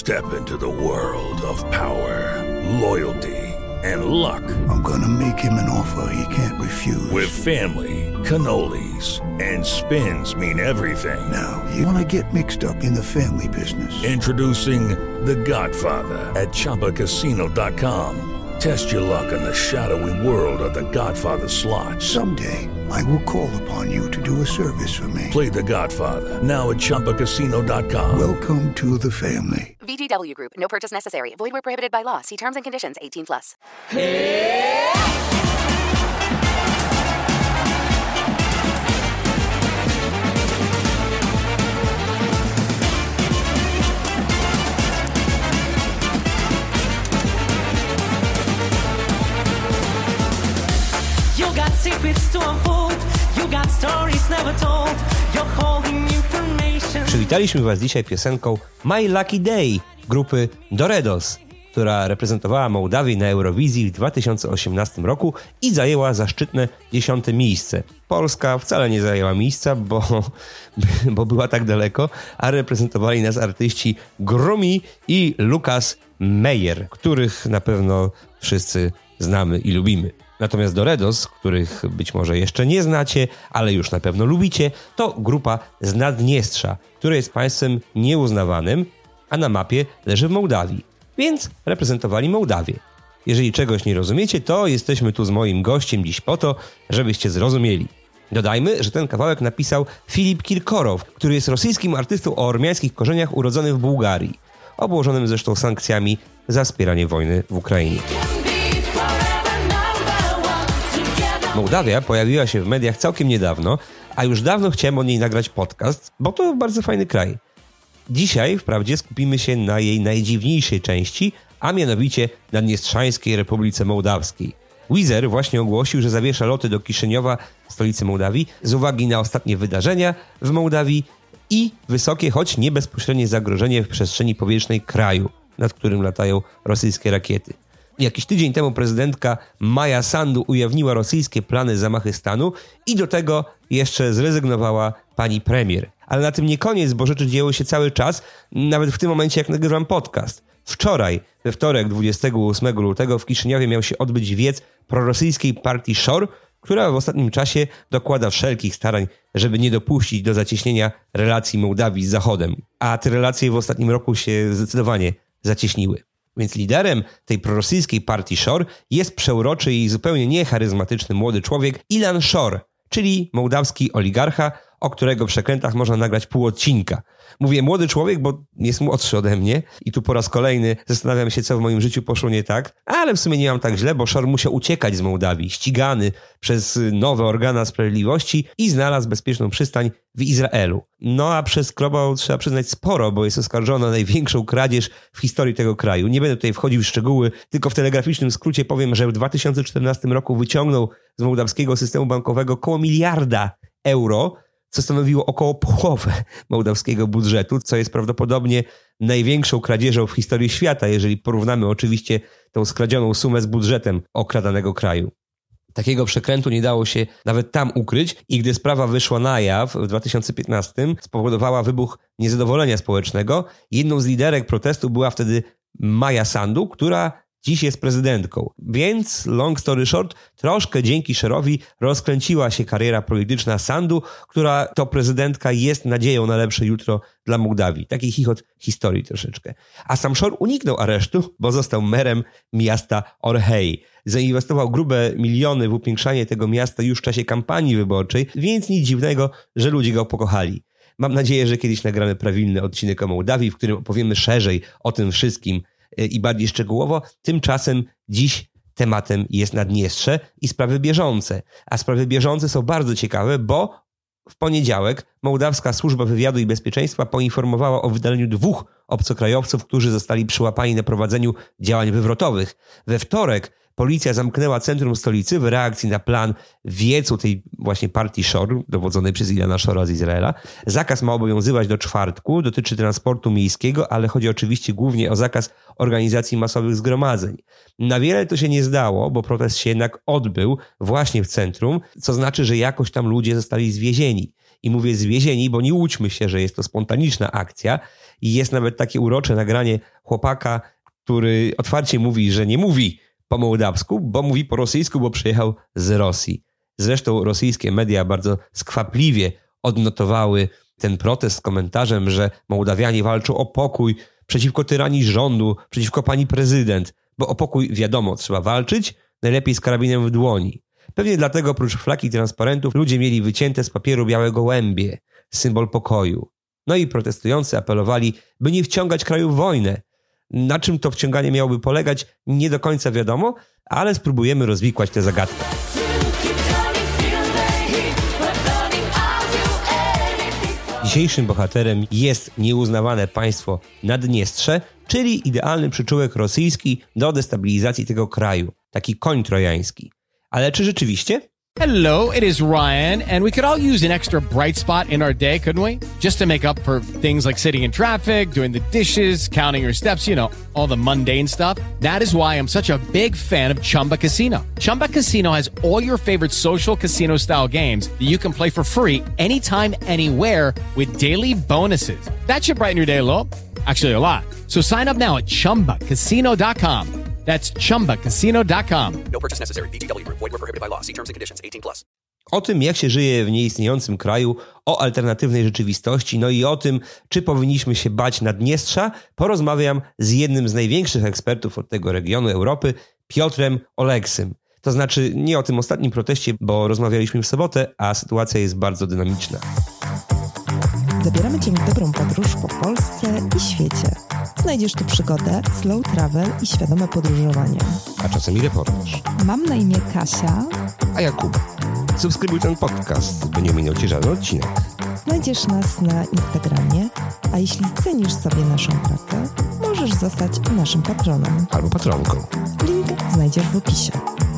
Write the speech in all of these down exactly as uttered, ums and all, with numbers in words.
Step into the world of power, loyalty, and luck. I'm gonna make him an offer he can't refuse. With family, cannolis, and spins mean everything. Now, you wanna get mixed up in the family business. Introducing The Godfather at Chumba Casino dot com. Test your luck in the shadowy world of The Godfather slot. Someday, I will call upon you to do a service for me. Play The Godfather now at Chumba Casino dot com. Welcome to the family. V G W Group. No purchase necessary. Void where prohibited by law. See terms and conditions. eighteen plus. Hey! You got secrets to unfold. You got stories never told. You're holding information. Przywitaliśmy Was dzisiaj piosenką My Lucky Day grupy Doredos, która reprezentowała Mołdawię na Eurowizji w dwa tysiące osiemnastym roku i zajęła zaszczytne dziesiąte miejsce. Polska wcale nie zajęła miejsca, bo, bo była tak daleko, a reprezentowali nas artyści Grumi i Lukas Meyer, których na pewno wszyscy znamy i lubimy. Natomiast Doredos, których być może jeszcze nie znacie, ale już na pewno lubicie, to grupa z Naddniestrza, które jest państwem nieuznawanym, a na mapie leży w Mołdawii, więc reprezentowali Mołdawię. Jeżeli czegoś nie rozumiecie, to jesteśmy tu z moim gościem dziś po to, żebyście zrozumieli. Dodajmy, że ten kawałek napisał Filip Kirkorow, który jest rosyjskim artystą o ormiańskich korzeniach urodzonym w Bułgarii, obłożonym zresztą sankcjami za wspieranie wojny w Ukrainie. Mołdawia pojawiła się w mediach całkiem niedawno, a już dawno chciałem o niej nagrać podcast, bo to bardzo fajny kraj. Dzisiaj wprawdzie skupimy się na jej najdziwniejszej części, a mianowicie Naddniestrzańskiej Republice Mołdawskiej. Wizer właśnie ogłosił, że zawiesza loty do Kiszyniowa, stolicy Mołdawii, z uwagi na ostatnie wydarzenia w Mołdawii i wysokie, choć nie bezpośrednie zagrożenie w przestrzeni powietrznej kraju, nad którym latają rosyjskie rakiety. Jakiś tydzień temu prezydentka Maja Sandu ujawniła rosyjskie plany zamachy stanu i do tego jeszcze zrezygnowała pani premier. Ale na tym nie koniec, bo rzeczy dzieją się cały czas, nawet w tym momencie, jak nagrywam podcast. Wczoraj, we wtorek, dwudziestego ósmego lutego, w Kiszyniowie miał się odbyć wiec prorosyjskiej partii Shor, która w ostatnim czasie dokłada wszelkich starań, żeby nie dopuścić do zacieśnienia relacji Mołdawii z Zachodem. A te relacje w ostatnim roku się zdecydowanie zacieśniły. Więc liderem tej prorosyjskiej partii Shor jest przeuroczy i zupełnie niecharyzmatyczny młody człowiek Ilan Shor, czyli mołdawski oligarcha, o którego przekrętach można nagrać pół odcinka. Mówię młody człowiek, bo jest młodszy ode mnie i tu po raz kolejny zastanawiam się, co w moim życiu poszło nie tak, ale w sumie nie mam tak źle, bo Shor musiał uciekać z Mołdawii, ścigany przez nowe organa sprawiedliwości i znalazł bezpieczną przystań w Izraelu. No a przeskrobał, trzeba przyznać, sporo, bo jest oskarżony o największą kradzież w historii tego kraju. Nie będę tutaj wchodził w szczegóły, tylko w telegraficznym skrócie powiem, że w dwa tysiące czternastym roku wyciągnął z mołdawskiego systemu bankowego około miliarda euro, co stanowiło około połowę mołdawskiego budżetu, co jest prawdopodobnie największą kradzieżą w historii świata, jeżeli porównamy oczywiście tą skradzioną sumę z budżetem okradanego kraju. Takiego przekrętu nie dało się nawet tam ukryć i gdy sprawa wyszła na jaw w dwa tysiące piętnastym, spowodowała wybuch niezadowolenia społecznego. Jedną z liderek protestu była wtedy Maja Sandu, która dziś jest prezydentką. Więc, long story short, troszkę dzięki Shorowi rozkręciła się kariera polityczna Sandu, która to prezydentka jest nadzieją na lepsze jutro dla Mołdawii. Taki chichot historii troszeczkę. A sam Shor uniknął aresztu, bo został merem miasta Orhei. Zainwestował grube miliony w upiększanie tego miasta już w czasie kampanii wyborczej, więc nic dziwnego, że ludzie go pokochali. Mam nadzieję, że kiedyś nagramy prawilny odcinek o Mołdawii, w którym opowiemy szerzej o tym wszystkim i bardziej szczegółowo. Tymczasem dziś tematem jest Naddniestrze i sprawy bieżące. A sprawy bieżące są bardzo ciekawe, bo w poniedziałek Mołdawska Służba Wywiadu i Bezpieczeństwa poinformowała o wydaleniu dwóch obcokrajowców, którzy zostali przyłapani na prowadzeniu działań wywrotowych. We wtorek policja zamknęła centrum stolicy w reakcji na plan wiecu tej właśnie partii Shor, dowodzonej przez Ilana Shora z Izraela. Zakaz ma obowiązywać do czwartku, dotyczy transportu miejskiego, ale chodzi oczywiście głównie o zakaz organizacji masowych zgromadzeń. Na wiele to się nie zdało, bo protest się jednak odbył właśnie w centrum, co znaczy, że jakoś tam ludzie zostali zwiezieni. I mówię zwiezieni, bo nie łudźmy się, że jest to spontaniczna akcja. I jest nawet takie urocze nagranie chłopaka, który otwarcie mówi, że nie mówi po mołdawsku, bo mówi po rosyjsku, bo przyjechał z Rosji. Zresztą rosyjskie media bardzo skwapliwie odnotowały ten protest z komentarzem, że Mołdawianie walczą o pokój przeciwko tyranii rządu, przeciwko pani prezydent, bo o pokój wiadomo, trzeba walczyć, najlepiej z karabinem w dłoni. Pewnie dlatego oprócz flag i transparentów ludzie mieli wycięte z papieru białe gołębie, symbol pokoju. No i protestujący apelowali, by nie wciągać kraju w wojnę. Na czym to wciąganie miałoby polegać, nie do końca wiadomo, ale spróbujemy rozwikłać tę zagadkę. Dzisiejszym bohaterem jest nieuznawane państwo Naddniestrze, czyli idealny przyczółek rosyjski do destabilizacji tego kraju. Taki koń trojański. Ale czy rzeczywiście? Hello, it is Ryan, and we could all use an extra bright spot in our day, couldn't we? Just to make up for things like sitting in traffic, doing the dishes, counting your steps, you know, all the mundane stuff. That is why I'm such a big fan of Chumba Casino. Chumba Casino has all your favorite social casino-style games that you can play for free anytime, anywhere with daily bonuses. That should brighten your day a little. Actually, a lot. So sign up now at chumba casino dot com. That's chumba casino dot com. No purchase necessary. V G W Group. Void where prohibited by law. See terms and conditions. eighteen plus. O tym, jak się żyje w nieistniejącym kraju, o alternatywnej rzeczywistości, no i o tym, czy powinniśmy się bać Naddniestrza, porozmawiam z jednym z największych ekspertów od tego regionu Europy, Piotrem Oleksym. To znaczy nie o tym ostatnim proteście, bo rozmawialiśmy w sobotę, a sytuacja jest bardzo dynamiczna. Zabieramy Cię w dobrą podróż po Polsce i świecie. Znajdziesz tu przygodę, slow travel i świadome podróżowanie. A czasem i reportaż. Mam na imię Kasia. A Jakub. Subskrybuj ten podcast, by nie minął Ci żaden odcinek. Znajdziesz nas na Instagramie, a jeśli cenisz sobie naszą pracę, możesz zostać naszym patronem. Albo patronką. Link znajdziesz w opisie.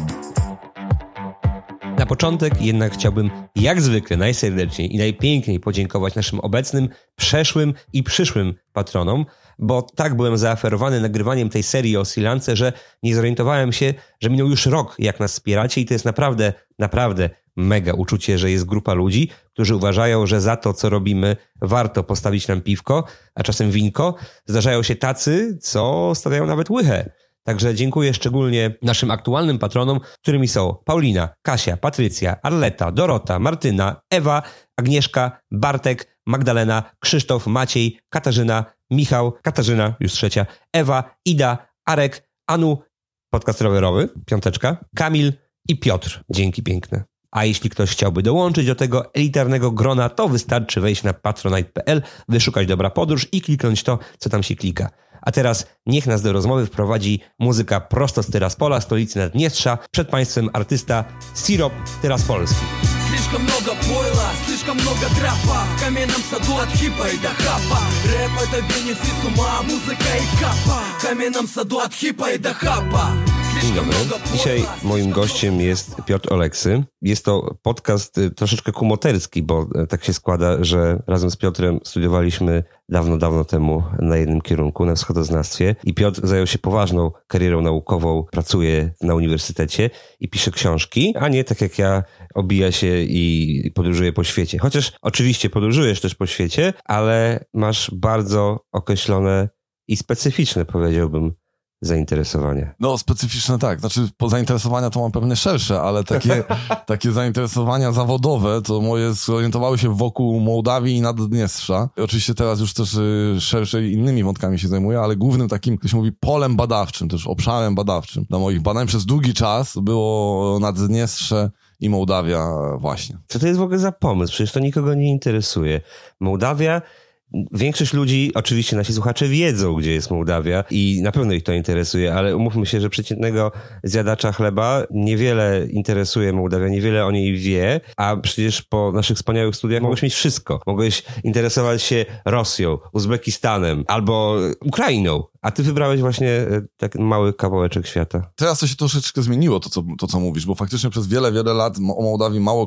Na początek jednak chciałbym jak zwykle najserdeczniej i najpiękniej podziękować naszym obecnym, przeszłym i przyszłym patronom, bo tak byłem zaoferowany nagrywaniem tej serii o Sri Lance, że nie zorientowałem się, że minął już rok, jak nas wspieracie i to jest naprawdę, naprawdę mega uczucie, że jest grupa ludzi, którzy uważają, że za to, co robimy, warto postawić nam piwko, a czasem winko. Zdarzają się tacy, co stawiają nawet łychę. Także dziękuję szczególnie naszym aktualnym patronom, którymi są Paulina, Kasia, Patrycja, Arleta, Dorota, Martyna, Ewa, Agnieszka, Bartek, Magdalena, Krzysztof, Maciej, Katarzyna, Michał, Katarzyna, już trzecia, Ewa, Ida, Arek, Anu, podcast rowerowy, piąteczka, Kamil i Piotr. Dzięki piękne. A jeśli ktoś chciałby dołączyć do tego elitarnego grona, to wystarczy wejść na patronite kropka p l, wyszukać Dobra Podróż i kliknąć to, co tam się klika. A teraz niech nas do rozmowy wprowadzi muzyka prosto z Tyraspola, stolicy Naddniestrza. Przed Państwem artysta Sirop Tyraspolski. Слишком много пойла, слишком много трапа в каменном саду от хипа и до хапа. Рэп это бенефис ума, музыка и капа. В каменном саду от хипа и до хапа. Dzień dobry. Dzisiaj moim gościem jest Piotr Oleksy. Jest to podcast troszeczkę kumoterski, bo tak się składa, że razem z Piotrem studiowaliśmy dawno, dawno temu na jednym kierunku, na wschodoznawstwie i Piotr zajął się poważną karierą naukową, pracuje na uniwersytecie i pisze książki, a nie tak jak ja obija się i podróżuje po świecie. Chociaż oczywiście podróżujesz też po świecie, ale masz bardzo określone i specyficzne, powiedziałbym, zainteresowania. No specyficzne tak, znaczy po zainteresowania to mam pewnie szersze, ale takie, takie zainteresowania zawodowe to moje zorientowały się wokół Mołdawii i Naddniestrza. Oczywiście teraz już też y, szerzej innymi wątkami się zajmuję, ale głównym takim, to się mówi, polem badawczym, też obszarem badawczym dla moich badań przez długi czas było Naddniestrze i Mołdawia właśnie. Co to jest w ogóle za pomysł? Przecież to nikogo nie interesuje. Mołdawia... Większość ludzi, oczywiście nasi słuchacze wiedzą, gdzie jest Mołdawia i na pewno ich to interesuje, ale umówmy się, że przeciętnego zjadacza chleba niewiele interesuje Mołdawia, niewiele o niej wie, a przecież po naszych wspaniałych studiach mogłeś mieć wszystko. Mogłeś interesować się Rosją, Uzbekistanem albo Ukrainą, a ty wybrałeś właśnie tak mały kawałeczek świata. Teraz to się troszeczkę zmieniło, to co, to co mówisz, bo faktycznie przez wiele, wiele lat o Mołdawii mało kto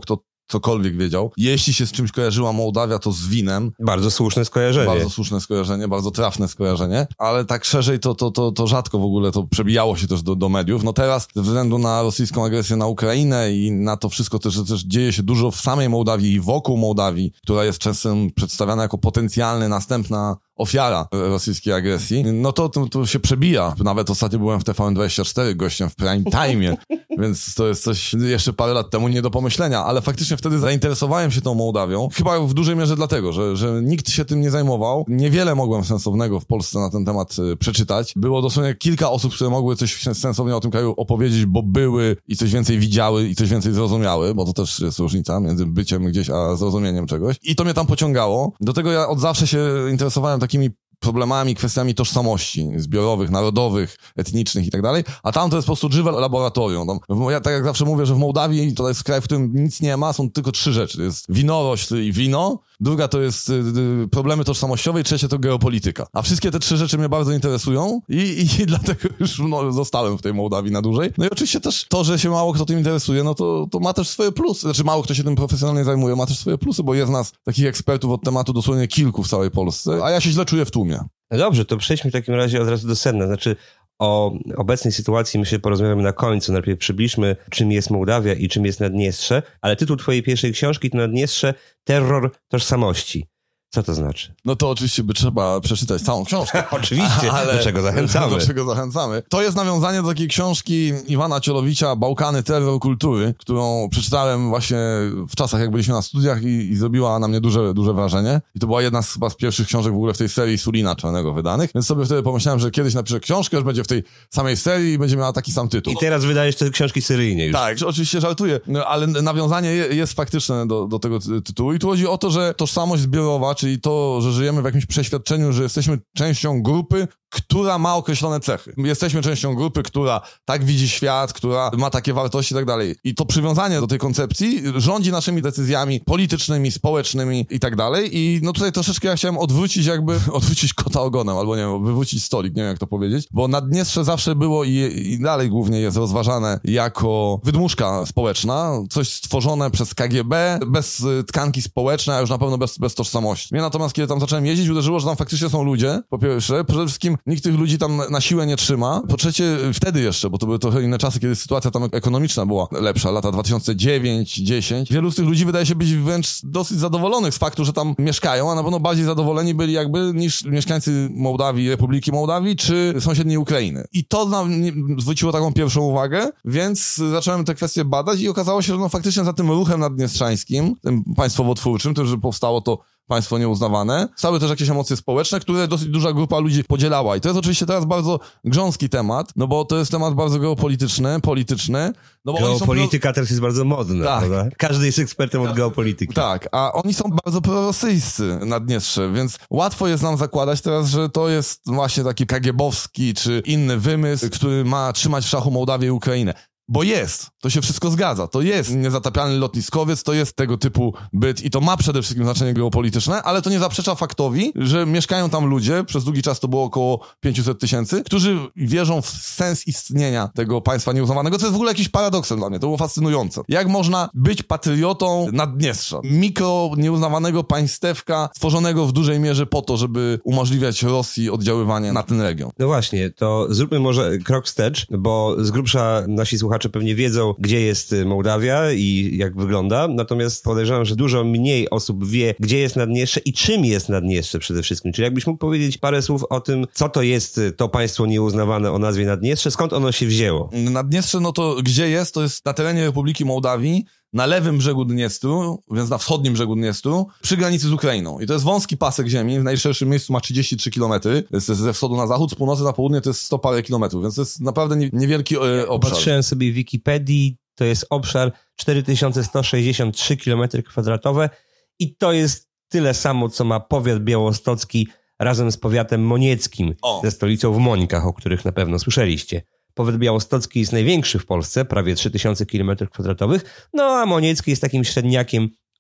cokolwiek wiedział. Jeśli się z czymś kojarzyła Mołdawia, to z winem. Bardzo słuszne skojarzenie. Bardzo słuszne skojarzenie, bardzo trafne skojarzenie, ale tak szerzej to, to, to, to rzadko w ogóle to przebijało się też do, do mediów. No teraz ze względu na rosyjską agresję na Ukrainę i na to wszystko też, że też dzieje się dużo w samej Mołdawii i wokół Mołdawii, która jest czasem przedstawiana jako potencjalny następna ofiara rosyjskiej agresji, no to, to, to się przebija. Nawet ostatnio byłem w T V N dwadzieścia cztery gościem w prime time, więc to jest coś jeszcze parę lat temu nie do pomyślenia, ale faktycznie wtedy zainteresowałem się tą Mołdawią. Chyba w dużej mierze dlatego, że, że nikt się tym nie zajmował. Niewiele mogłem sensownego w Polsce na ten temat y, przeczytać. Było dosłownie kilka osób, które mogły coś sensownie o tym kraju opowiedzieć, bo były i coś więcej widziały i coś więcej zrozumiały, bo to też jest różnica między byciem gdzieś a zrozumieniem czegoś. I to mnie tam pociągało. Do tego ja od zawsze się interesowałem takimi problemami, kwestiami tożsamości zbiorowych, narodowych, etnicznych i tak dalej, a tam to jest po prostu żywe laboratorium. Tam, ja tak jak zawsze mówię, że w Mołdawii to jest kraj, w którym nic nie ma, są tylko trzy rzeczy. Jest winorośl i wino, druga to jest y, y, problemy tożsamościowe i trzecie to geopolityka. A wszystkie te trzy rzeczy mnie bardzo interesują i, i, i dlatego już no, zostałem w tej Mołdawii na dłużej. No i oczywiście też to, że się mało kto tym interesuje, no to, to ma też swoje plusy. Znaczy mało kto się tym profesjonalnie zajmuje, ma też swoje plusy, bo jest nas takich ekspertów od tematu dosłownie kilku w całej Polsce, a ja się źle czuję w tłumie. No dobrze, to przejdźmy w takim razie od razu do sedna. Znaczy o obecnej sytuacji myślę porozmawiamy na końcu. Najpierw przybliżmy, czym jest Mołdawia i czym jest Naddniestrze, ale tytuł twojej pierwszej książki to Naddniestrze, terror tożsamości. Co to znaczy? No to oczywiście by trzeba przeczytać całą książkę. Oczywiście, ale do czego zachęcamy. Do czego zachęcamy. To jest nawiązanie do takiej książki Iwana Ciolowicza, Bałkany, terror kultury, którą przeczytałem właśnie w czasach, jak byliśmy na studiach i, i zrobiła na mnie duże, duże wrażenie. I to była jedna z, chyba z pierwszych książek w ogóle w tej serii Sulina Czarnego wydanych, więc sobie wtedy pomyślałem, że kiedyś napiszę książkę, już będzie w tej samej serii i będzie miała taki sam tytuł. I teraz wydajesz te książki seryjnie już. Tak, oczywiście żartuję, no, ale nawiązanie jest faktyczne do, do tego tytułu i tu chodzi o to, że tożsamość zbiorowa, czyli to, że żyjemy w jakimś przeświadczeniu, że jesteśmy częścią grupy, która ma określone cechy. Jesteśmy częścią grupy, która tak widzi świat, która ma takie wartości i tak dalej. I to przywiązanie do tej koncepcji rządzi naszymi decyzjami politycznymi, społecznymi i tak dalej. I no tutaj troszeczkę ja chciałem odwrócić jakby, odwrócić kota ogonem, albo nie wiem, wywrócić stolik, nie wiem jak to powiedzieć, bo Naddniestrze zawsze było i, i dalej głównie jest rozważane jako wydmuszka społeczna, coś stworzone przez K G B, bez tkanki społecznej, a już na pewno bez, bez tożsamości. Mnie natomiast, kiedy tam zacząłem jeździć, uderzyło, że tam faktycznie są ludzie, po pierwsze, przede wszystkim nikt tych ludzi tam na siłę nie trzyma. Po trzecie, wtedy jeszcze, bo to były trochę inne czasy, kiedy sytuacja tam ekonomiczna była lepsza, lata dwa tysiące dziewiąty dziesięć. Wielu z tych ludzi wydaje się być wręcz dosyć zadowolonych z faktu, że tam mieszkają, a na pewno bardziej zadowoleni byli jakby niż mieszkańcy Mołdawii, Republiki Mołdawii, czy sąsiedniej Ukrainy. I to nam zwróciło taką pierwszą uwagę, więc zacząłem te kwestie badać i okazało się, że no faktycznie za tym ruchem naddniestrzańskim, tym państwowotwórczym, to, że powstało to państwo nieuznawane, stały też jakieś emocje społeczne, które dosyć duża grupa ludzi podzielała. I to jest oczywiście teraz bardzo grząski temat, no bo to jest temat bardzo geopolityczny, polityczny. No bo Geopolityka oni są... teraz jest bardzo modna. Tak. Prawda? Każdy jest ekspertem od geopolityki. Tak, a oni są bardzo prorosyjscy Naddniestrze, więc łatwo jest nam zakładać teraz, że to jest właśnie taki kagiebowski czy inny wymysł, który ma trzymać w szachu Mołdawię i Ukrainę. Bo jest, to się wszystko zgadza, to jest niezatapialny lotniskowiec, to jest tego typu byt i to ma przede wszystkim znaczenie geopolityczne, ale to nie zaprzecza faktowi, że mieszkają tam ludzie, przez długi czas to było około pięćset tysięcy, którzy wierzą w sens istnienia tego państwa nieuznawanego, co jest w ogóle jakiś paradoksem dla mnie, to było fascynujące. Jak można być patriotą Naddniestrza, mikro nieuznawanego państewka, stworzonego w dużej mierze po to, żeby umożliwiać Rosji oddziaływanie na ten region. No właśnie, to zróbmy może krok wstecz, bo z grubsza nasi słuchacze pewnie wiedzą, gdzie jest Mołdawia i jak wygląda, natomiast podejrzewam, że dużo mniej osób wie, gdzie jest Naddniestrze i czym jest Naddniestrze przede wszystkim. Czyli jakbyś mógł powiedzieć parę słów o tym, co to jest to państwo nieuznawane o nazwie Naddniestrze, skąd ono się wzięło? Naddniestrze, no to gdzie jest? To jest na terenie Republiki Mołdawii, na lewym brzegu Dniestru, więc na wschodnim brzegu Dniestru, przy granicy z Ukrainą. I to jest wąski pasek ziemi, w najszerszym miejscu ma trzydzieści trzy kilometry, ze wschodu na zachód, z północy na południe to jest sto parę kilometrów, więc to jest naprawdę niewielki e, obszar. Patrzyłem sobie w Wikipedii, to jest obszar cztery tysiące sto sześćdziesiąt trzy kilometry kwadratowe i to jest tyle samo, co ma powiat białostocki razem z powiatem monieckim, o. ze stolicą w Mońkach, o których na pewno słyszeliście. Powiat białostocki jest największy w Polsce, prawie trzy tysiące kilometrów kwadratowych, no a moniecki jest takim średniakiem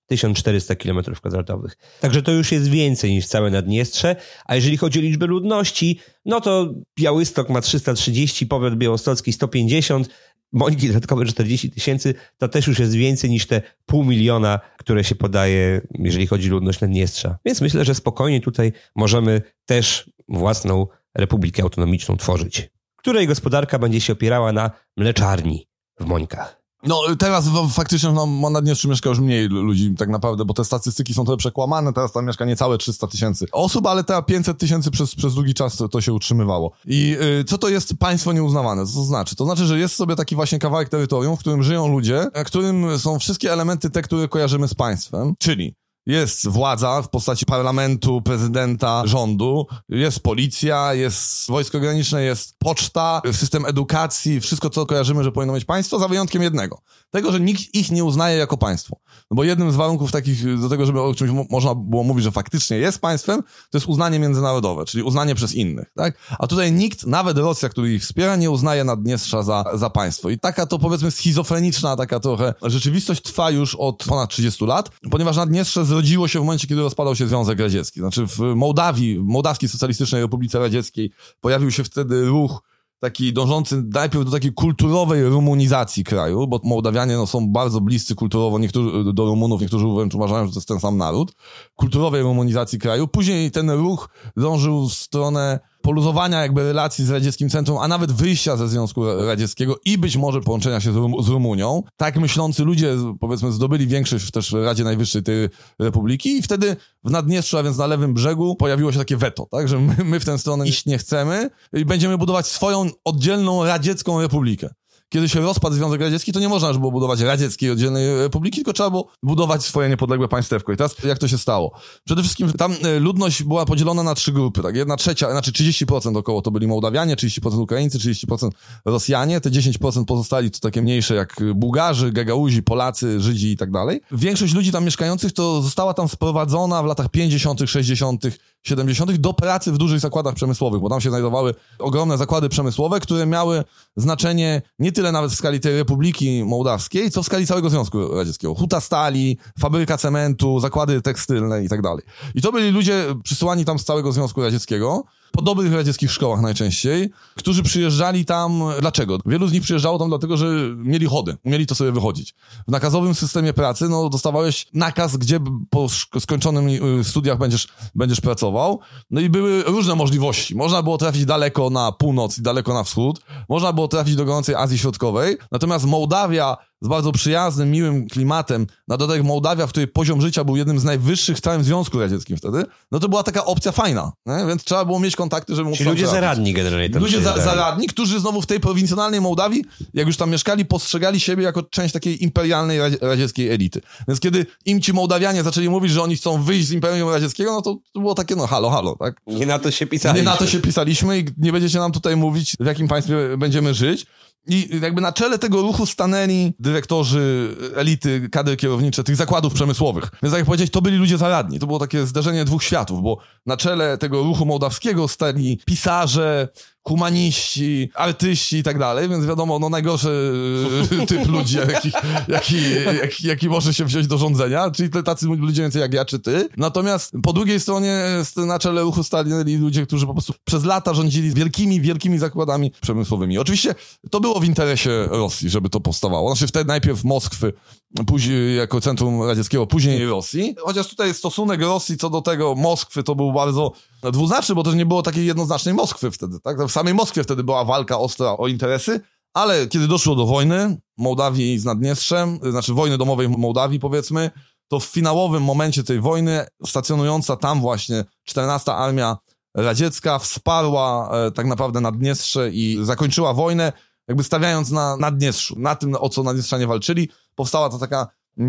tysiąc czterysta kilometrów kwadratowych. Także to już jest więcej niż całe Naddniestrze, a jeżeli chodzi o liczbę ludności, no to Białystok ma trzysta trzydzieści, powiat białostocki sto pięćdziesiąt, Mońki dodatkowe czterdzieści tysięcy, to też już jest więcej niż te pół miliona, które się podaje, jeżeli chodzi o ludność Naddniestrza. Więc myślę, że spokojnie tutaj możemy też własną republikę autonomiczną tworzyć, której gospodarka będzie się opierała na mleczarni w Mońkach. No teraz faktycznie no, na Naddniestrzu mieszka już mniej ludzi tak naprawdę, bo te statystyki są trochę przekłamane, teraz tam mieszka niecałe trzysta tysięcy osób, ale teraz pięćset tysięcy przez, przez długi czas to, to się utrzymywało. I y, co to jest państwo nieuznawane? Co to znaczy? To znaczy, że jest sobie taki właśnie kawałek terytorium, w którym żyją ludzie, w którym są wszystkie elementy te, które kojarzymy z państwem, czyli jest władza w postaci parlamentu, prezydenta, rządu, jest policja, jest wojsko graniczne, jest poczta, system edukacji, wszystko co kojarzymy, że powinno mieć państwo, za wyjątkiem jednego. Tego, że nikt ich nie uznaje jako państwo. No bo jednym z warunków takich do tego, żeby o czymś mo- można było mówić, że faktycznie jest państwem, to jest uznanie międzynarodowe, czyli uznanie przez innych, tak? A tutaj nikt, nawet Rosja, który ich wspiera, nie uznaje Naddniestrza za, za państwo. I taka to powiedzmy schizofreniczna taka trochę rzeczywistość trwa już od ponad trzydziestu lat, ponieważ Naddniestrze zrodziło się w momencie, kiedy rozpadał się Związek Radziecki. Znaczy w Mołdawii, w Mołdawskiej Socjalistycznej Republice Radzieckiej pojawił się wtedy ruch taki dążący najpierw do takiej kulturowej rumunizacji kraju, bo Mołdawianie no, są bardzo bliscy kulturowo niektórzy, do Rumunów, niektórzy wręcz uważają, że to jest ten sam naród. Kulturowej rumunizacji kraju. Później ten ruch dążył w stronę poluzowania jakby relacji z radzieckim centrum, a nawet wyjścia ze Związku Radzieckiego i być może połączenia się z, Rum- z Rumunią. Tak myślący ludzie, powiedzmy, zdobyli większość też w Radzie Najwyższej tej Republiki i wtedy w Naddniestrzu, a więc na lewym brzegu, pojawiło się takie weto, tak, że my, my w tę stronę iść nie chcemy i będziemy budować swoją oddzielną radziecką republikę. Kiedy się rozpadł Związek Radziecki, to nie można już było budować radzieckiej oddzielnej republiki, tylko trzeba było budować swoje niepodległe państewko. I teraz jak to się stało? Przede wszystkim tam ludność była podzielona na trzy grupy. Tak? Jedna trzecia, znaczy trzydzieści procent około to byli Mołdawianie, trzydzieści procent Ukraińcy, trzydzieści procent Rosjanie. Te dziesięć procent pozostali to takie mniejsze jak Bułgarzy, Gagauzi, Polacy, Żydzi i tak dalej. Większość ludzi tam mieszkających to została tam sprowadzona w latach pięćdziesiątych, sześćdziesiątych, siedemdziesiątych do pracy w dużych zakładach przemysłowych, bo tam się znajdowały ogromne zakłady przemysłowe, które miały znaczenie nie tyle nawet w skali tej Republiki Mołdawskiej, co w skali całego Związku Radzieckiego. Huta stali, fabryka cementu, zakłady tekstylne i tak dalej. I to byli ludzie przysyłani tam z całego Związku Radzieckiego, po dobrych radzieckich szkołach najczęściej, którzy przyjeżdżali tam... Dlaczego? Wielu z nich przyjeżdżało tam dlatego, że mieli chody, umieli to sobie wychodzić. W nakazowym systemie pracy no, dostawałeś nakaz, gdzie po skończonym studiach będziesz, będziesz pracował. No i były różne możliwości. Można było trafić daleko na północ i daleko na wschód. Można było trafić do gorącej Azji Środkowej. Natomiast Mołdawia z bardzo przyjaznym, miłym klimatem, na dodatek Mołdawia, w której poziom życia był jednym z najwyższych w całym Związku Radzieckim wtedy, no to była taka opcja fajna, nie? Więc trzeba było mieć kontakty, żeby móc Czyli ludzie trafić. zaradni generalnie tam Ludzie za, zaradni, którzy znowu w tej prowincjonalnej Mołdawii, jak już tam mieszkali, postrzegali siebie jako część takiej imperialnej radzieckiej elity. Więc kiedy im ci Mołdawianie zaczęli mówić, że oni chcą wyjść z Imperium Radzieckiego, no to, to było takie, no halo, halo, tak? Nie na to się pisaliśmy. Nie na to się pisaliśmy i nie będziecie nam tutaj mówić, w jakim państwie będziemy żyć. I jakby na czele tego ruchu stanęli dyrektorzy, elity, kadry kierownicze tych zakładów przemysłowych. Więc tak jak powiedzieć, to byli ludzie zaradni. To było takie zderzenie dwóch światów, bo na czele tego ruchu mołdawskiego stali pisarze, humaniści, artyści i tak dalej, więc wiadomo, no najgorszy typ ludzi, jaki, jaki, jaki, jaki może się wziąć do rządzenia, czyli tacy ludzie więcej jak ja czy ty. Natomiast po drugiej stronie na czele ruchu stali ludzie, którzy po prostu przez lata rządzili wielkimi, wielkimi zakładami przemysłowymi. Oczywiście to było w interesie Rosji, żeby to powstawało. Znaczy wtedy najpierw Moskwy, później jako centrum radzieckiego, później Rosji. Chociaż tutaj stosunek Rosji co do tego Moskwy to był bardzo dwuznaczny, bo też nie było takiej jednoznacznej Moskwy wtedy, tak? W samej Moskwie wtedy była walka ostra o interesy, ale kiedy doszło do wojny Mołdawii z Naddniestrzem, znaczy wojny domowej w Mołdawii powiedzmy, to w finałowym momencie tej wojny stacjonująca tam właśnie czternasta Armia Radziecka wsparła e, tak naprawdę Naddniestrze i zakończyła wojnę, jakby stawiając na Naddniestrzu, na tym, o co Naddniestrzanie walczyli. Powstała to taka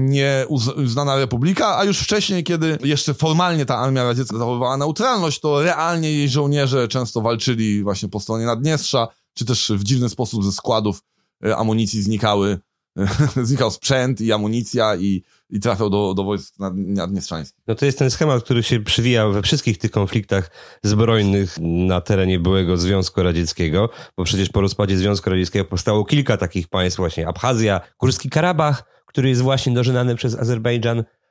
nieuznana republika, a już wcześniej, kiedy jeszcze formalnie ta armia radziecka zachowywała neutralność, to realnie jej żołnierze często walczyli właśnie po stronie Naddniestrza, czy też w dziwny sposób ze składów amunicji znikały, znikał sprzęt i amunicja i, i trafiał do, do wojsk naddniestrzańskich. No to jest ten schemat, który się przywija we wszystkich tych konfliktach zbrojnych na terenie byłego Związku Radzieckiego, bo przecież po rozpadzie Związku Radzieckiego powstało kilka takich państw, właśnie Abchazja, Górski Karabach, który jest właśnie dożynany przez Azerbejdżan,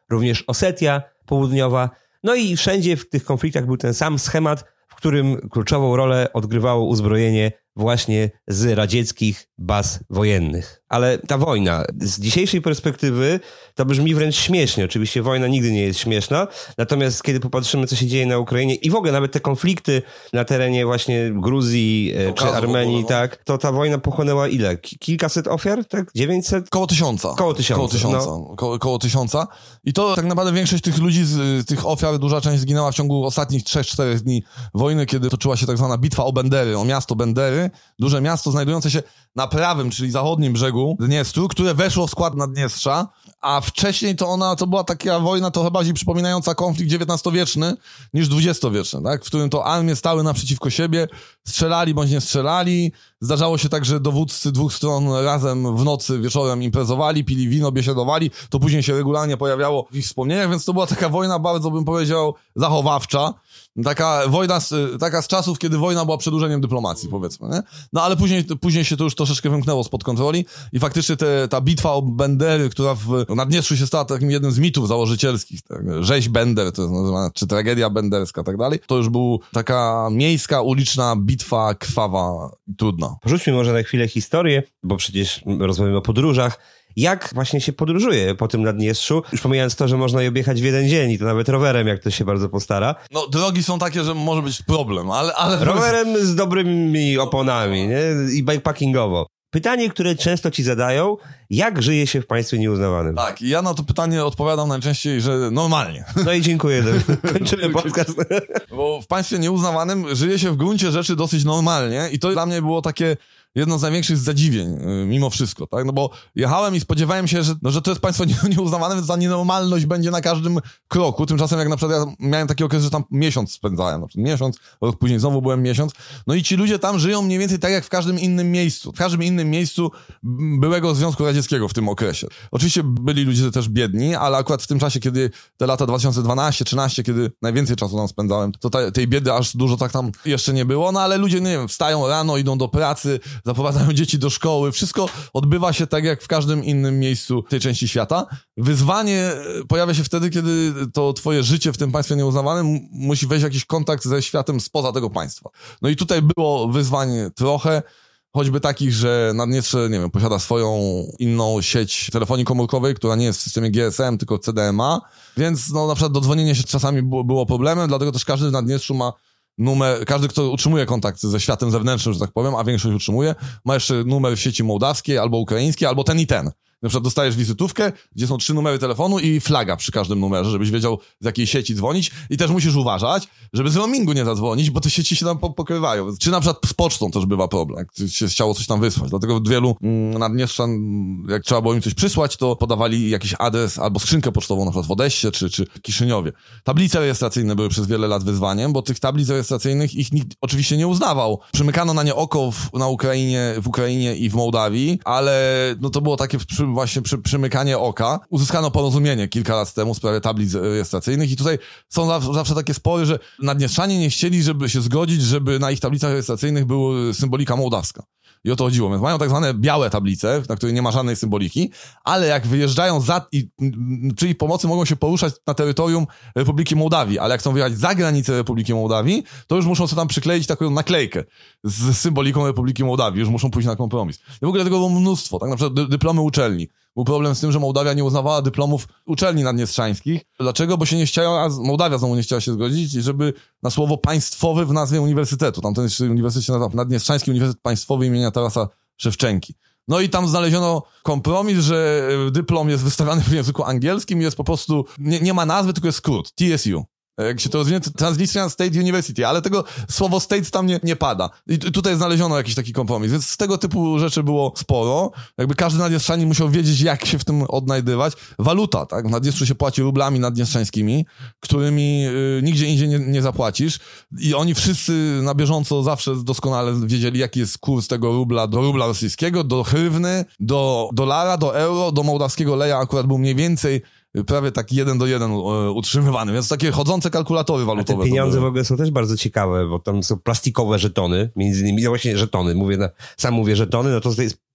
również Osetia Południowa. No i wszędzie w tych konfliktach był ten sam schemat, w którym kluczową rolę odgrywało uzbrojenie właśnie z radzieckich baz wojennych. Ale ta wojna, z dzisiejszej perspektywy, to brzmi wręcz śmiesznie. Oczywiście wojna nigdy nie jest śmieszna, natomiast kiedy popatrzymy, co się dzieje na Ukrainie i w ogóle nawet te konflikty na terenie właśnie Gruzji czy Armenii, ogóle, no. tak, to ta wojna pochłonęła ile? Kilkaset ofiar? Tak? dziewięćset? Koło tysiąca. Koło tysiąca. Koło tysiąca. No. Ko- koło tysiąca. I to tak naprawdę większość tych ludzi, z tych ofiar, duża część zginęła w ciągu ostatnich trzech czterech dni wojny, kiedy toczyła się tak zwana bitwa o Bendery, o miasto Bendery, duże miasto znajdujące się na prawym, czyli zachodnim brzegu Dniestru, które weszło w skład Naddniestrza, a wcześniej to ona, to była taka wojna trochę bardziej przypominająca konflikt dziewiętnastowieczny niż dwudziestowieczny, tak? W którym to armie stały naprzeciwko siebie, strzelali bądź nie strzelali. Zdarzało się tak, że dowódcy dwóch stron razem w nocy, wieczorem imprezowali, pili wino, biesiadowali. To później się regularnie pojawiało w ich wspomnieniach, więc to była taka wojna bardzo, bym powiedział, zachowawcza. Taka wojna, z, taka z czasów, kiedy wojna była przedłużeniem dyplomacji, powiedzmy, nie? No ale później, później się to już troszeczkę wymknęło spod kontroli i faktycznie te, ta bitwa o Bendery, która w Naddniestrzu się stała takim jednym z mitów założycielskich, tak? Rzeź Bender, to jest nazywana, czy tragedia benderska, tak dalej. To już była taka miejska, uliczna bitwa krwawa i trudna. Porzućmy może na chwilę historię, bo przecież rozmawiamy o podróżach. Jak właśnie się podróżuje po tym Naddniestrzu? Już pomijając to, że można je objechać w jeden dzień i to nawet rowerem, jak ktoś się bardzo postara. No, drogi są takie, że może być problem, ale... ale... Rowerem z dobrymi oponami, nie? I bikepackingowo. Pytanie, które często ci zadają, jak żyje się w państwie nieuznawanym? Tak, i ja na to pytanie odpowiadam najczęściej, że normalnie. No i dziękuję. Kończymy podcast. Bo w państwie nieuznawanym żyje się w gruncie rzeczy dosyć normalnie i to dla mnie było takie jedno z największych zadziwień, mimo wszystko, tak? No bo jechałem i spodziewałem się, że, no, że to jest państwo nieuznawane, więc ta nienormalność będzie na każdym kroku. Tymczasem jak na przykład ja miałem taki okres, że tam miesiąc spędzałem, na przykład miesiąc, rok później znowu byłem miesiąc. No i ci ludzie tam żyją mniej więcej tak jak w każdym innym miejscu. W każdym innym miejscu byłego Związku Radzieckiego w tym okresie. Oczywiście byli ludzie też biedni, ale akurat w tym czasie, kiedy te lata dwa tysiące dwanaście trzynaście, kiedy najwięcej czasu tam spędzałem, to ta, tej biedy aż dużo tak tam jeszcze nie było, no ale ludzie, nie wiem, wstają rano, idą do pracy, zaprowadzają dzieci do szkoły. Wszystko odbywa się tak, jak w każdym innym miejscu tej części świata. Wyzwanie pojawia się wtedy, kiedy to twoje życie w tym państwie nieuznawanym musi wejść w jakiś kontakt ze światem spoza tego państwa. No i tutaj było wyzwanie trochę, choćby takich, że Naddniestrze, nie wiem, posiada swoją inną sieć telefonii komórkowej, która nie jest w systemie G S M, tylko C D M A, więc no na przykład dodzwonienie się czasami było, było problemem, dlatego też każdy w Naddniestrzu ma numer, każdy, kto utrzymuje kontakt ze światem zewnętrznym, że tak powiem, a większość utrzymuje, ma jeszcze numer w sieci mołdawskiej, albo ukraińskiej, albo ten i ten. Na przykład dostajesz wizytówkę, gdzie są trzy numery telefonu i flaga przy każdym numerze, żebyś wiedział, z jakiej sieci dzwonić. I też musisz uważać, żeby z roamingu nie zadzwonić, bo te sieci się tam pokrywają. Czy na przykład z pocztą też bywa problem, jak się chciało coś tam wysłać. Dlatego wielu mm, Naddniestrzan, jak trzeba było im coś przysłać, to podawali jakiś adres albo skrzynkę pocztową, na przykład w Odessie czy, czy Kiszyniowie. Tablice rejestracyjne były przez wiele lat wyzwaniem, bo tych tablic rejestracyjnych ich nikt oczywiście nie uznawał. Przymykano na nie oko w, na Ukrainie, w Ukrainie i w Mołdawii, ale no to było takie przy, właśnie przy, przymykanie oka. Uzyskano porozumienie kilka lat temu w sprawie tablic rejestracyjnych i tutaj są zawsze, zawsze takie spory, że Naddniestrzanie nie chcieli, żeby się zgodzić, żeby na ich tablicach rejestracyjnych była symbolika mołdawska. I o to chodziło. Więc mają tak zwane białe tablice, na której nie ma żadnej symboliki, ale jak wyjeżdżają za, i, czyli pomocy mogą się poruszać na terytorium Republiki Mołdawii, ale jak chcą wyjechać za granicę Republiki Mołdawii, to już muszą sobie tam przykleić taką naklejkę z symboliką Republiki Mołdawii, już muszą pójść na kompromis. I w ogóle tego było mnóstwo, tak na przykład dy- dyplomy uczelni. Był problem z tym, że Mołdawia nie uznawała dyplomów uczelni naddniestrzańskich. Dlaczego? Bo się nie chciała, a Mołdawia znowu nie chciała się zgodzić, żeby na słowo państwowy w nazwie uniwersytetu. Tamten uniwersytet się nazywa Naddniestrzański Uniwersytet Państwowy imienia Tarasa Szewczenki. No i tam znaleziono kompromis, że dyplom jest wystawiany w języku angielskim i jest po prostu, nie, nie ma nazwy, tylko jest skrót, T S U. Jak się to rozumie, Transnistrian State University, ale tego słowo state tam nie, nie pada. I tutaj znaleziono jakiś taki kompromis, więc z tego typu rzeczy było sporo. Jakby każdy naddniestrzanin musiał wiedzieć, jak się w tym odnajdywać. Waluta, tak? W Naddniestrzu się płaci rublami naddniestrzańskimi, którymi y, nigdzie indziej nie, nie zapłacisz. I oni wszyscy na bieżąco zawsze doskonale wiedzieli, jaki jest kurs tego rubla do rubla rosyjskiego, do hrywny, do dolara, do euro, do mołdawskiego leja akurat był mniej więcej prawie tak jeden do jeden utrzymywany, więc takie chodzące kalkulatory walutowe. A te pieniądze w ogóle są też bardzo ciekawe, bo tam są plastikowe żetony, między innymi, no właśnie żetony, mówię na, sam mówię żetony, no to jest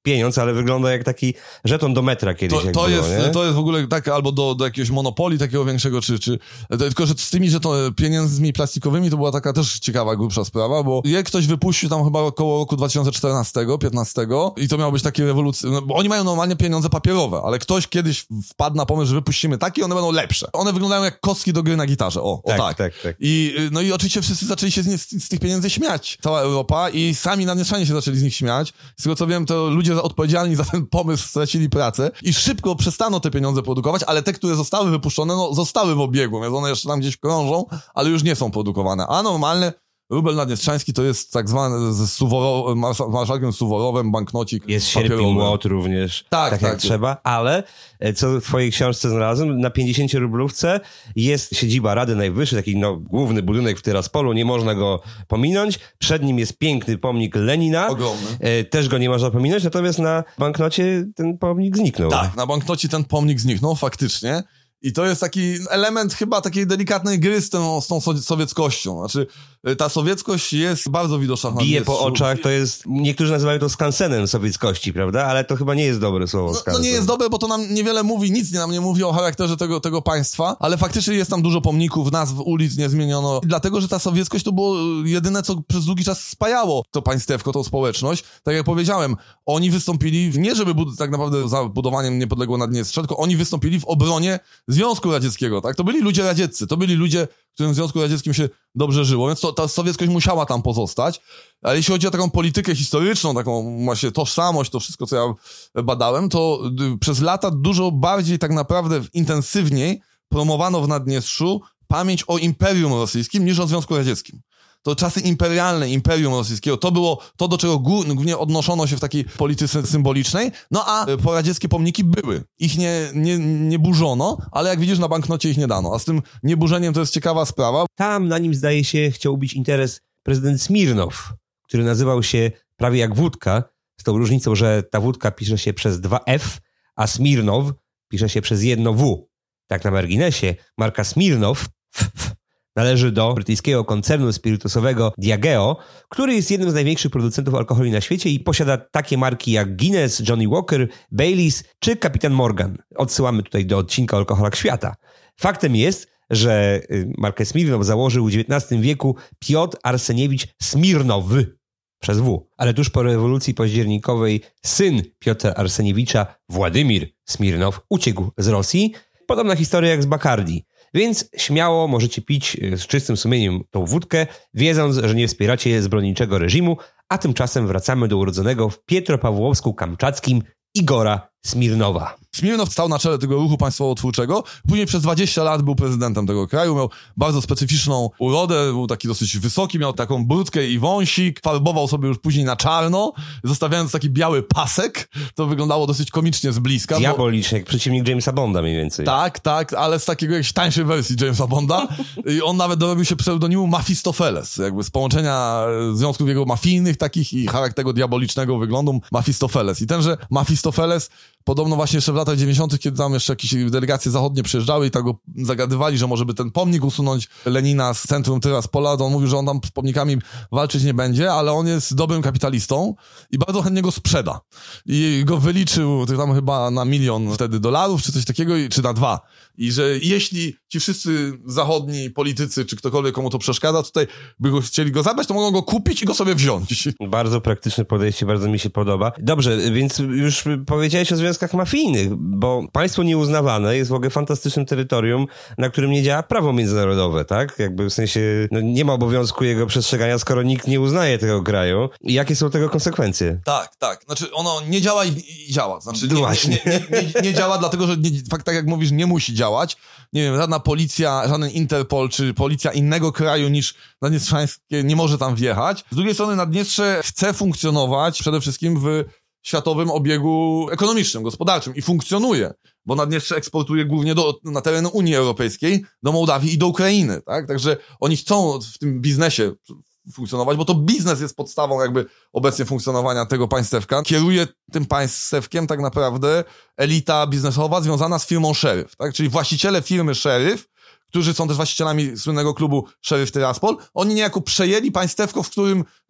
pieniądz, ale wygląda jak taki żeton do metra kiedyś. To, jak to, było, jest, nie? to jest w ogóle tak albo do, do jakiegoś monopoli takiego większego, czy, czy tylko, że z tymi że to pieniędzmi plastikowymi to była taka też ciekawa, grubsza sprawa, bo je ktoś wypuścił tam chyba około roku dwa tysiące czternastego, piętnastego i to miało być takie rewolucje, no, bo oni mają normalnie pieniądze papierowe, ale ktoś kiedyś wpadł na pomysł, że wypuścimy takie i one będą lepsze. One wyglądają jak kostki do gry na gitarze, o, tak, o tak. tak, tak. I, no i oczywiście wszyscy zaczęli się z, z, z tych pieniędzy śmiać, cała Europa i sami nadmieszczanie się zaczęli z nich śmiać. Z tego co wiem, to ludzie odpowiedzialni za ten pomysł stracili pracę i szybko przestano te pieniądze produkować, ale te, które zostały wypuszczone, no zostały w obiegu, więc one jeszcze tam gdzieś krążą, ale już nie są produkowane. A normalne rubel naddniestrzański to jest tak zwany ze Suworow, marszałkiem Suworowem banknocik Jest sierp i młot również, tak, tak, tak jak trzeba, ale co w twojej książce znalazłem, na pięćdziesięciorublówce jest siedziba Rady Najwyższej, taki no, główny budynek w Tyraspolu, nie można go pominąć, przed nim jest piękny pomnik Lenina, ogromny. Też go nie można pominąć, natomiast na banknocie ten pomnik zniknął. Tak, na banknocie ten pomnik zniknął, faktycznie. I to jest taki element chyba takiej delikatnej gry z tą, z tą sowieckością. Znaczy, ta sowieckość jest bardzo widoczna. Bije po oczach, to jest, niektórzy nazywają to skansenem sowieckości, prawda? Ale to chyba nie jest dobre słowo, no, skansen. no nie jest dobre, bo to nam niewiele mówi, nic nie nam nie mówi o charakterze tego, tego państwa, ale faktycznie jest tam dużo pomników, nazw ulic nie zmieniono. I dlatego, że ta sowieckość to było jedyne, co przez długi czas spajało to państewko, tą społeczność. Tak jak powiedziałem, oni wystąpili, nie żeby bud- tak naprawdę za budowaniem niepodległego Naddniestrza, tylko oni wystąpili w obronie Związku Radzieckiego, tak? To byli ludzie radzieccy, to byli ludzie, którym w Związku Radzieckim się dobrze żyło, więc to, ta sowieckość musiała tam pozostać, ale jeśli chodzi o taką politykę historyczną, taką właśnie tożsamość, to wszystko, co ja badałem, to y, przez lata dużo bardziej tak naprawdę intensywniej promowano w Naddniestrzu pamięć o Imperium Rosyjskim niż o Związku Radzieckim. To czasy imperialne Imperium Rosyjskiego, to było to, do czego głównie odnoszono się w takiej polityce symbolicznej, no a poradzieckie pomniki były. Ich nie, nie, nie burzono, ale jak widzisz, na banknocie ich nie dano. A z tym nieburzeniem to jest ciekawa sprawa. Tam na nim, zdaje się, chciał ubić interes prezydent Smirnow, który nazywał się prawie jak wódka, z tą różnicą, że ta wódka pisze się przez dwa F, a Smirnow pisze się przez jedno W. Tak na marginesie, marka Smirnow f, f, należy do brytyjskiego koncernu spirytusowego Diageo, który jest jednym z największych producentów alkoholi na świecie i posiada takie marki jak Guinness, Johnny Walker, Baileys czy Kapitan Morgan. Odsyłamy tutaj do odcinka o alkoholach świata. Faktem jest, że markę Smirnow założył w dziewiętnastym wieku Piotr Arseniewicz Smirnow przez W. Ale tuż po rewolucji październikowej syn Piotra Arseniewicza, Władimir Smirnow, uciekł z Rosji. Podobna historia jak z Bacardi. Więc śmiało możecie pić z czystym sumieniem tą wódkę, wiedząc, że nie wspieracie zbrodniczego reżimu, a tymczasem wracamy do urodzonego w Pietropawłowsku-Kamczackim Igora Smirnowa. Smirnow stał na czele tego ruchu państwowo-twórczego, później przez dwadzieścia lat był prezydentem tego kraju, miał bardzo specyficzną urodę, był taki dosyć wysoki, miał taką brudkę i wąsik, farbował sobie już później na czarno, zostawiając taki biały pasek, to wyglądało dosyć komicznie z bliska. Diabolicznie, bo... jak przeciwnik Jamesa Bonda mniej więcej. Tak, tak, ale z takiego jakiejś tańszej wersji Jamesa Bonda i on nawet dorobił się pseudonimu Mefistofeles, jakby z połączenia związków jego mafijnych takich i charakteru diabolicznego wyglądu Mefistofeles. I tenże Mefistofeles podobno właśnie jeszcze w latach dziewięćdziesiątych, kiedy tam jeszcze jakieś delegacje zachodnie przyjeżdżały i tak go zagadywali, że może by ten pomnik usunąć Lenina z centrum Tyraspola, to on mówił, że on tam z pomnikami walczyć nie będzie, ale on jest dobrym kapitalistą i bardzo chętnie go sprzeda. I go wyliczył tam chyba na milion wtedy dolarów, czy coś takiego, czy na dwa. I że jeśli ci wszyscy zachodni politycy, czy ktokolwiek, komu to przeszkadza, tutaj by go chcieli go zabrać, to mogą go kupić i go sobie wziąć. Bardzo praktyczne podejście, bardzo mi się podoba. Dobrze, więc już powiedziałeś o związkach mafijnych, bo państwo nieuznawane jest w ogóle fantastycznym terytorium, na którym nie działa prawo międzynarodowe, tak? Jakby w sensie, no nie ma obowiązku jego przestrzegania, skoro nikt nie uznaje tego kraju. I jakie są tego konsekwencje? Tak, tak. Znaczy ono nie działa i, i działa. Znaczy nie, Właśnie. nie, nie, nie, nie działa, dlatego że nie, fakt, tak jak mówisz, nie musi działać. Nie wiem, żadna policja, żaden Interpol, czy policja innego kraju niż naddniestrzańskie nie może tam wjechać. Z drugiej strony Naddniestrze chce funkcjonować przede wszystkim w światowym obiegu ekonomicznym, gospodarczym i funkcjonuje, bo Naddniestrze eksportuje głównie do, na teren Unii Europejskiej, do Mołdawii i do Ukrainy, tak? Także oni chcą w tym biznesie funkcjonować, bo to biznes jest podstawą jakby obecnie funkcjonowania tego państewka. Kieruje tym państewkiem tak naprawdę elita biznesowa związana z firmą Sheriff, tak? Czyli właściciele firmy Sheriff, którzy są też właścicielami słynnego klubu Sheriff Tiraspol, oni niejako przejęli państewko, w którym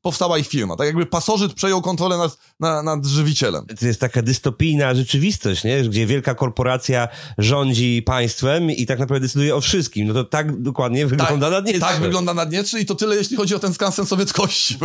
powstała ich firma. Tak jakby pasożyt przejął kontrolę nad, nad, nad żywicielem. To jest taka dystopijna rzeczywistość, nie? Gdzie wielka korporacja rządzi państwem i tak naprawdę decyduje o wszystkim. No to tak dokładnie wygląda tak, Naddniestrze. Tak wygląda Naddniestrze i to tyle, jeśli chodzi o ten skansen sowieckości.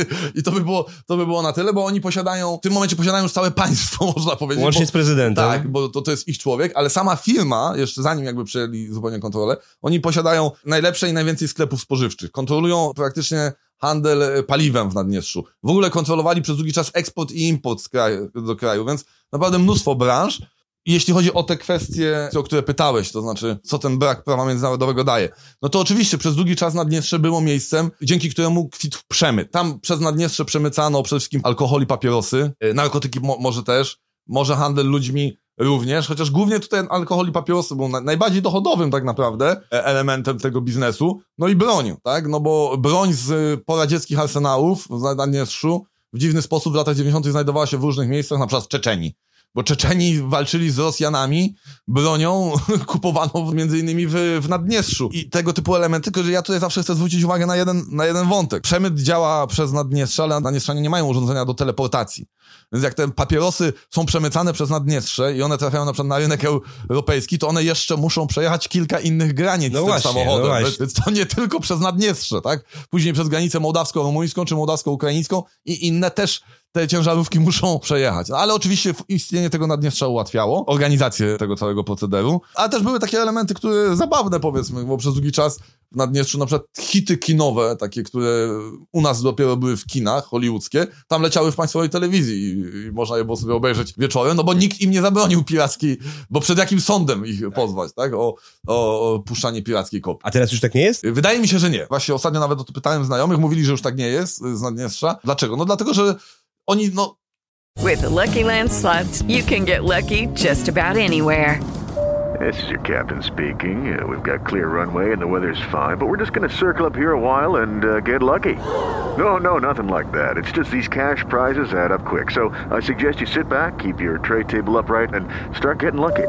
I to by było, to by było na tyle, bo oni posiadają, w tym momencie posiadają już całe państwo, można powiedzieć. Łącznie bo, z prezydentem. Tak, bo to, to jest ich człowiek, ale sama firma, jeszcze zanim jakby przejęli zupełnie kontrolę, oni posiadają najlepsze i najwięcej sklepów spożywczych. Kontrolują praktycznie handel paliwem w Naddniestrzu. W ogóle kontrolowali przez długi czas eksport i import z kraju, do kraju, więc naprawdę mnóstwo branż. I jeśli chodzi o te kwestie, o które pytałeś, to znaczy, co ten brak prawa międzynarodowego daje, no to oczywiście przez długi czas Naddniestrze było miejscem, dzięki któremu kwitł przemyt. Tam przez Naddniestrze przemycano przede wszystkim alkohol i papierosy, narkotyki mo- może też, może handel ludźmi również, chociaż głównie tutaj alkohol i papierosy był na, najbardziej dochodowym tak naprawdę elementem tego biznesu, no i broń, tak, no bo broń z poradzieckich arsenałów w Naddniestrzu w dziwny sposób w latach dziewięćdziesiątych znajdowała się w różnych miejscach, na przykład w Czeczenii. Bo Czeczeni walczyli z Rosjanami bronią kupowaną między innymi w, w Naddniestrzu. I tego typu elementy, tylko że ja tutaj zawsze chcę zwrócić uwagę na jeden, na jeden wątek. Przemyt działa przez Naddniestrze, ale Naddniestrzanie nie mają urządzenia do teleportacji. Więc jak te papierosy są przemycane przez Naddniestrze i one trafiają na przykład na rynek europejski, to one jeszcze muszą przejechać kilka innych granic no z tym właśnie, samochodem. No więc, więc to nie tylko przez Naddniestrze, tak? Później przez granicę mołdawsko-rumuńską czy mołdawsko-ukraińską i inne też te ciężarówki muszą przejechać. No, ale oczywiście istnienie tego Naddniestrza ułatwiało organizację tego całego procederu, ale też były takie elementy, które zabawne powiedzmy, bo przez długi czas w Naddniestrzu na przykład hity kinowe, takie, które u nas dopiero były w kinach hollywoodzkie, tam leciały w państwowej telewizji i, i można je było sobie obejrzeć wieczorem, no bo nikt im nie zabronił pirackiej, bo przed jakim sądem ich tak. pozwać, tak? O, o, o puszczanie pirackiej kopii. A teraz już tak nie jest? Wydaje mi się, że nie. Właśnie ostatnio nawet o to pytałem znajomych, mówili, że już tak nie jest z Naddniestrza. Dlaczego? No dlatego, że oni, no... With Lucky Land Slots, you can get lucky just about anywhere. This is your captain speaking. Uh, we've got clear runway and the weather's fine, but we're just going to circle up here a while and uh, get lucky. No, no, nothing like that. It's just these cash prizes add up quick. So I suggest you sit back, keep your tray table upright, and start getting lucky.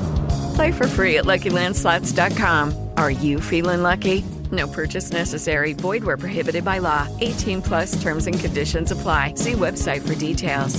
Play for free at Lucky Land Slots dot com. Are you feeling lucky? No purchase necessary. Void where prohibited by law. eighteen plus terms and conditions apply. See website for details.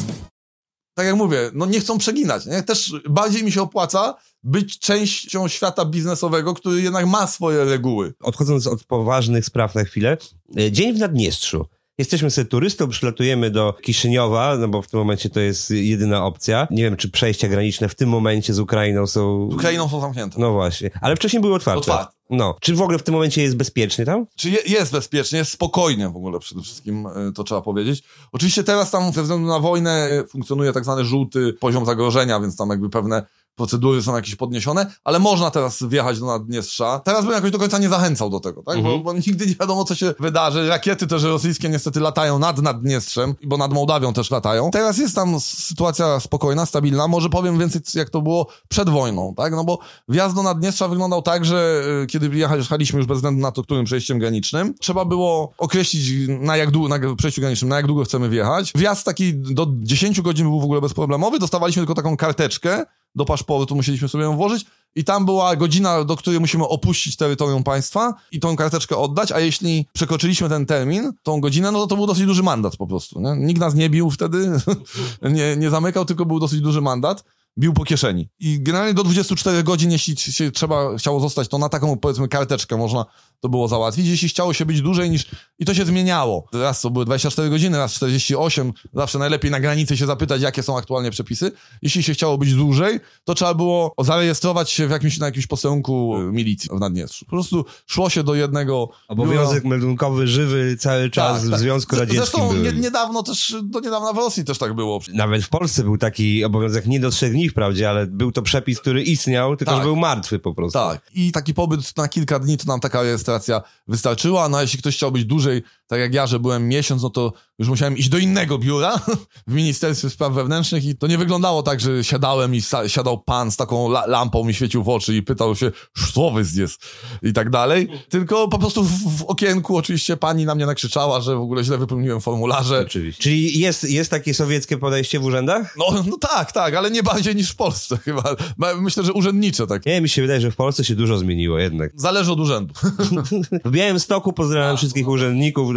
Tak jak mówię, no nie chcą przeginać, nie? Też bardziej mi się opłaca być częścią świata biznesowego, który jednak ma swoje reguły. Odchodząc od poważnych spraw na chwilę, dzień w Naddniestrzu. Jesteśmy sobie turystą, przylatujemy do Kiszyniowa, no bo w tym momencie to jest jedyna opcja. Nie wiem, czy przejścia graniczne w tym momencie z Ukrainą są... Z Ukrainą są zamknięte. No właśnie, ale wcześniej były otwarte. Otwarte. No. Czy w ogóle w tym momencie jest bezpiecznie tam? Czy je, jest bezpiecznie, jest spokojnie w ogóle przede wszystkim, to trzeba powiedzieć. Oczywiście teraz tam ze względu na wojnę funkcjonuje tak zwany żółty poziom zagrożenia, więc tam jakby pewne procedury są jakieś podniesione, ale można teraz wjechać do Naddniestrza. Teraz bym jakoś do końca nie zachęcał do tego, tak? Mhm. Bo, bo nigdy nie wiadomo, co się wydarzy. Rakiety też rosyjskie niestety latają nad Naddniestrzem, bo nad Mołdawią też latają. Teraz jest tam sytuacja spokojna, stabilna. Może powiem więcej, jak to było przed wojną, tak? No bo wjazd do Naddniestrza wyglądał tak, że kiedy jechaliśmy już bez względu na to, którym przejściem granicznym, trzeba było określić na jak długo, na przejściu granicznym, na jak długo chcemy wjechać. Wjazd taki do dziesięć godzin był w ogóle bezproblemowy. Dostawaliśmy tylko taką karteczkę do paszportu, musieliśmy sobie ją włożyć i tam była godzina, do której musimy opuścić terytorium państwa i tą karteczkę oddać, a jeśli przekroczyliśmy ten termin, tą godzinę, no to to był dosyć duży mandat po prostu. Nie? Nikt nas nie bił wtedy, nie, nie zamykał, tylko był dosyć duży mandat. Bił po kieszeni. I generalnie do dwudziestu czterech godzin, jeśli się trzeba, chciało zostać, to na taką, powiedzmy, karteczkę można to było załatwić. Jeśli chciało się być dłużej niż... I to się zmieniało. Raz to były dwadzieścia cztery godziny, raz czterdzieści osiem. Zawsze najlepiej na granicy się zapytać, jakie są aktualnie przepisy. Jeśli się chciało być dłużej, to trzeba było zarejestrować się w jakimś, na jakimś posterunku milicji w Naddniestrzu. Po prostu szło się do jednego... Obowiązek biura... meldunkowy żywy cały czas tak, w tak. Związku Radzieckim. Zresztą nie, niedawno też, do niedawna w Rosji też tak było. Nawet w Polsce był taki obowiązek, nie do trzech dni wprawdzie, ale był to przepis, który istniał, tylko tak. że był martwy po prostu. Tak. I taki pobyt na kilka dni, to nam taka rejestracja wystarczyła, no a jeśli ktoś chciał być dłużej, tak jak ja, że byłem miesiąc, no to już musiałem iść do innego biura w Ministerstwie Spraw Wewnętrznych i to nie wyglądało tak, że siadałem i sa- siadał pan z taką la- lampą mi świecił w oczy i pytał się, co wy jest i tak dalej, tylko po prostu w, w okienku oczywiście pani na mnie nakrzyczała, że w ogóle źle wypełniłem formularze. Oczywiście. Czyli jest, jest takie sowieckie podejście w urzędach? No, no tak, tak, ale nie bardziej niż w Polsce chyba. Myślę, że urzędnicze tak. Nie, mi się wydaje, że w Polsce się dużo zmieniło jednak. Zależy od urzędu. W Białymstoku pozdrawiam a, wszystkich urzędników,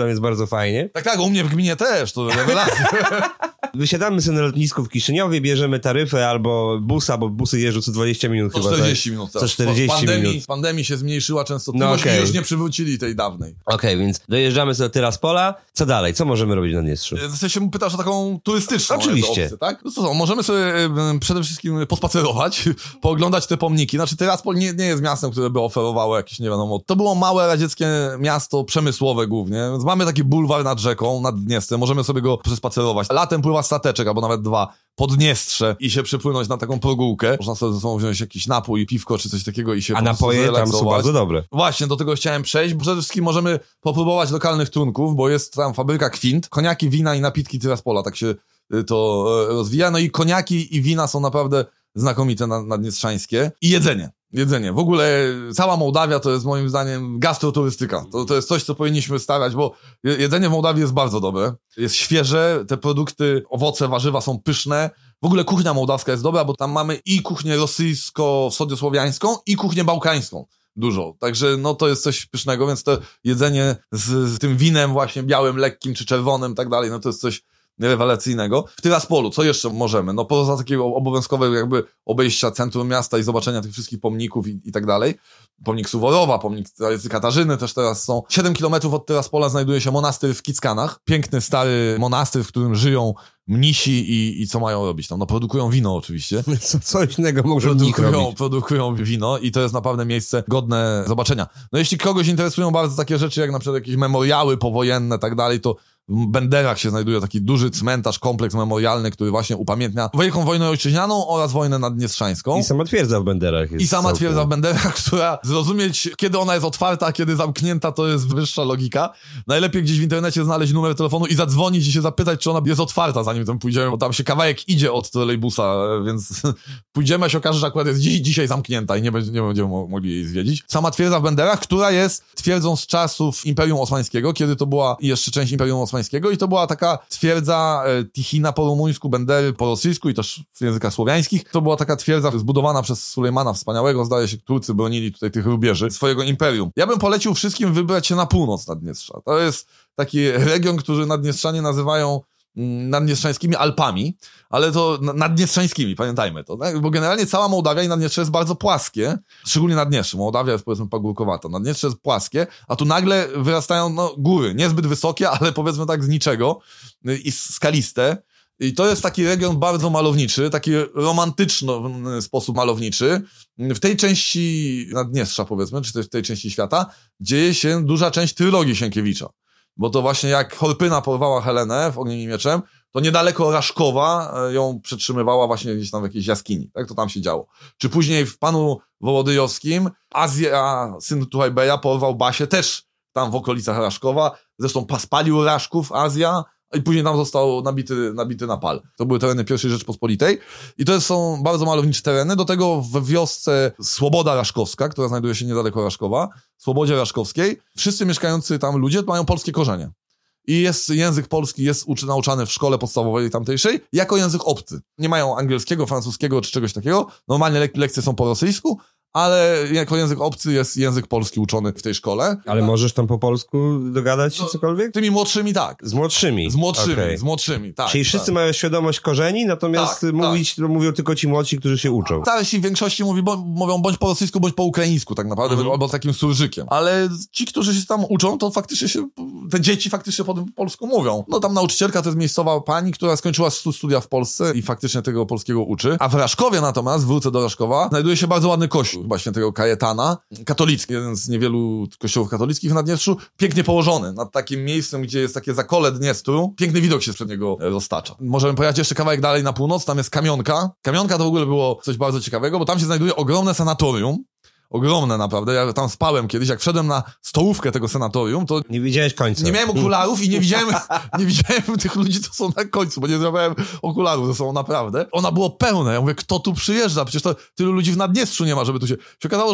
Wrocławiem jest bardzo fajnie. Tak, tak, u mnie w gminie też, to rewelacja. Wysiadamy sobie na lotnisku w Kiszyniowie, bierzemy taryfę albo busa, bo busy jeżdżą co dwadzieścia minut co chyba. czterdzieści minut. Co czterdzieści w pandemii, minut. W pandemii się zmniejszyła częstotliwość, no okay. I już nie przywrócili tej dawnej. Okej, okay, więc dojeżdżamy sobie do Tyraspola. Co dalej? Co możemy robić na Naddniestrzu? W sensie pytasz o taką turystyczną Oczywiście. opcję, tak? No co, co, możemy sobie e, przede wszystkim pospacerować, pooglądać te pomniki. Znaczy Tyraspol nie, nie jest miastem, które by oferowało jakieś, nie wiadomo. To było małe radzieckie miasto, przemysłowe głównie. Więc mamy taki bulwar nad rzeką, nad Dniestrem. Możemy sobie go przespacerować. Latem pływa stateczek, albo nawet dwa, po Dniestrze i się przepłynąć na taką pogółkę. Można sobie ze sobą wziąć jakiś napój, piwko czy coś takiego i się A napoje tam są bardzo dobre. Właśnie, do tego chciałem przejść. Przede wszystkim możemy popróbować lokalnych trunków, bo jest tam fabryka Kwint. Koniaki, wina i napitki Tyraspola, tak się to rozwija. No i koniaki i wina są naprawdę znakomite naddniestrzańskie. I jedzenie. Jedzenie. W ogóle cała Mołdawia to jest moim zdaniem gastroturystyka. To, to jest coś, co powinniśmy stawiać, bo jedzenie w Mołdawii jest bardzo dobre. Jest świeże, te produkty, owoce, warzywa są pyszne. W ogóle kuchnia mołdawska jest dobra, bo tam mamy i kuchnię rosyjsko-wschodniosłowiańską i kuchnię bałkańską. Dużo. Także no to jest coś pysznego, więc to jedzenie z, z tym winem właśnie białym, lekkim czy czerwonym i tak dalej, no to jest coś rewelacyjnego. W Tyraspolu, co jeszcze możemy? No poza takiego obowiązkowego jakby obejścia centrum miasta i zobaczenia tych wszystkich pomników i, i tak dalej. Pomnik Suworowa, pomnik Katarzyny też teraz są. siedem kilometrów od Tyraspola znajduje się monastyr w Kickanach. Piękny, stary monastyr, w którym żyją mnisi i, i co mają robić tam? No produkują wino oczywiście. Co, co innego mogą produkują, produkują wino i to jest naprawdę miejsce godne zobaczenia. No jeśli kogoś interesują bardzo takie rzeczy, jak na przykład jakieś memoriały powojenne i tak dalej, to w Benderach się znajduje taki duży cmentarz, kompleks memorialny, który właśnie upamiętnia Wielką Wojnę Ojczyźnianą oraz wojnę naddniestrzańską. I sama twierdza w Benderach jest. I sama całkiem... twierdza w Benderach, która zrozumieć, kiedy ona jest otwarta, a kiedy zamknięta, to jest wyższa logika. Najlepiej gdzieś w internecie znaleźć numer telefonu i zadzwonić i się zapytać, czy ona jest otwarta, zanim tam pójdziemy, bo tam się kawałek idzie od trolejbusa, więc pójdziemy, a się okaże, że akurat jest dziś, dzisiaj zamknięta i nie, będzie, nie będziemy mogli jej zwiedzić. Sama twierdza w Benderach, która jest twierdzą z czasów Imperium Osmańskiego, kiedy to była jeszcze część Imperium Osmańskiego i to była taka twierdza e, Tichina po rumuńsku, Bendery po rosyjsku i też w językach słowiańskich. To była taka twierdza zbudowana przez Sulejmana Wspaniałego. Zdaje się, Turcy bronili tutaj tych rubieży swojego imperium. Ja bym polecił wszystkim wybrać się na północ Naddniestrza. To jest taki region, który Naddniestrzanie nazywają naddniestrzańskimi Alpami, ale to naddniestrzańskimi, pamiętajmy to, tak? Bo generalnie cała Mołdawia i Naddniestrze jest bardzo płaskie, szczególnie Naddniestrze. Mołdawia jest powiedzmy pagórkowata, Naddniestrze jest płaskie, a tu nagle wyrastają no, góry, niezbyt wysokie, ale powiedzmy tak z niczego i skaliste. I to jest taki region bardzo malowniczy, taki romantyczny sposób malowniczy. W tej części Naddniestrza powiedzmy, czy też w tej części świata dzieje się duża część trylogii Sienkiewicza. Bo to właśnie jak Horpyna porwała Helenę w Ogniem i Mieczem, to niedaleko Raszkowa ją przetrzymywała właśnie gdzieś tam w jakiejś jaskini. Tak to tam się działo. Czy później w Panu Wołodyjowskim Azja, syn Tuchajbeja, porwał Basię też tam w okolicach Raszkowa. Zresztą spalił Raszków, Azja, i później tam został nabity, nabity na pal. To były tereny pierwszej Rzeczpospolitej. I to są bardzo malownicze tereny. Do tego w wiosce Słoboda Raszkowska, która znajduje się niedaleko Raszkowa, Swobodzie Raszkowskiej, wszyscy mieszkający tam ludzie mają polskie korzenie. I jest język polski, jest uczy, nauczany w szkole podstawowej tamtejszej jako język obcy. Nie mają angielskiego, francuskiego czy czegoś takiego. Normalnie lek- lekcje są po rosyjsku, ale jako język obcy jest język polski uczony w tej szkole. Ale możesz tam po polsku dogadać się cokolwiek? Tymi młodszymi tak. Z młodszymi? Z młodszymi, okay. z młodszymi, tak. Czyli tak. wszyscy mają świadomość korzeni, natomiast tak, mówić tak. mówią tylko ci młodsi, którzy się uczą. Starsi w większości mówi, bo, mówią bądź po rosyjsku, bądź po ukraińsku tak naprawdę, mhm. albo takim surżykiem. Ale ci, którzy się tam uczą, to faktycznie się, te dzieci faktycznie po tym polsku mówią. No tam nauczycielka to jest miejscowa pani, która skończyła studia w Polsce i faktycznie tego polskiego uczy. A w Raszkowie natomiast, wrócę do Raszkowa, znajduje się bardzo ładny kościół, chyba świętego Kajetana, katolicki, jeden z niewielu kościołów katolickich w Naddniestrzu, pięknie położony nad takim miejscem, gdzie jest takie zakole Dniestru. Piękny widok się sprzed niego roztacza. Możemy pojechać jeszcze kawałek dalej na północ, tam jest Kamionka. Kamionka to w ogóle było coś bardzo ciekawego, bo tam się znajduje ogromne sanatorium. Ogromne naprawdę. Ja tam spałem kiedyś, jak wszedłem na stołówkę tego sanatorium, to... Nie widziałeś końca. Nie miałem okularów i nie widziałem, nie widziałem tych ludzi, co są na końcu, bo nie zrobiłem okularów, to są naprawdę. Ona było pełne. Ja mówię, kto tu przyjeżdża? Przecież to tylu ludzi w Naddniestrzu nie ma, żeby tu się... się okazało, że tam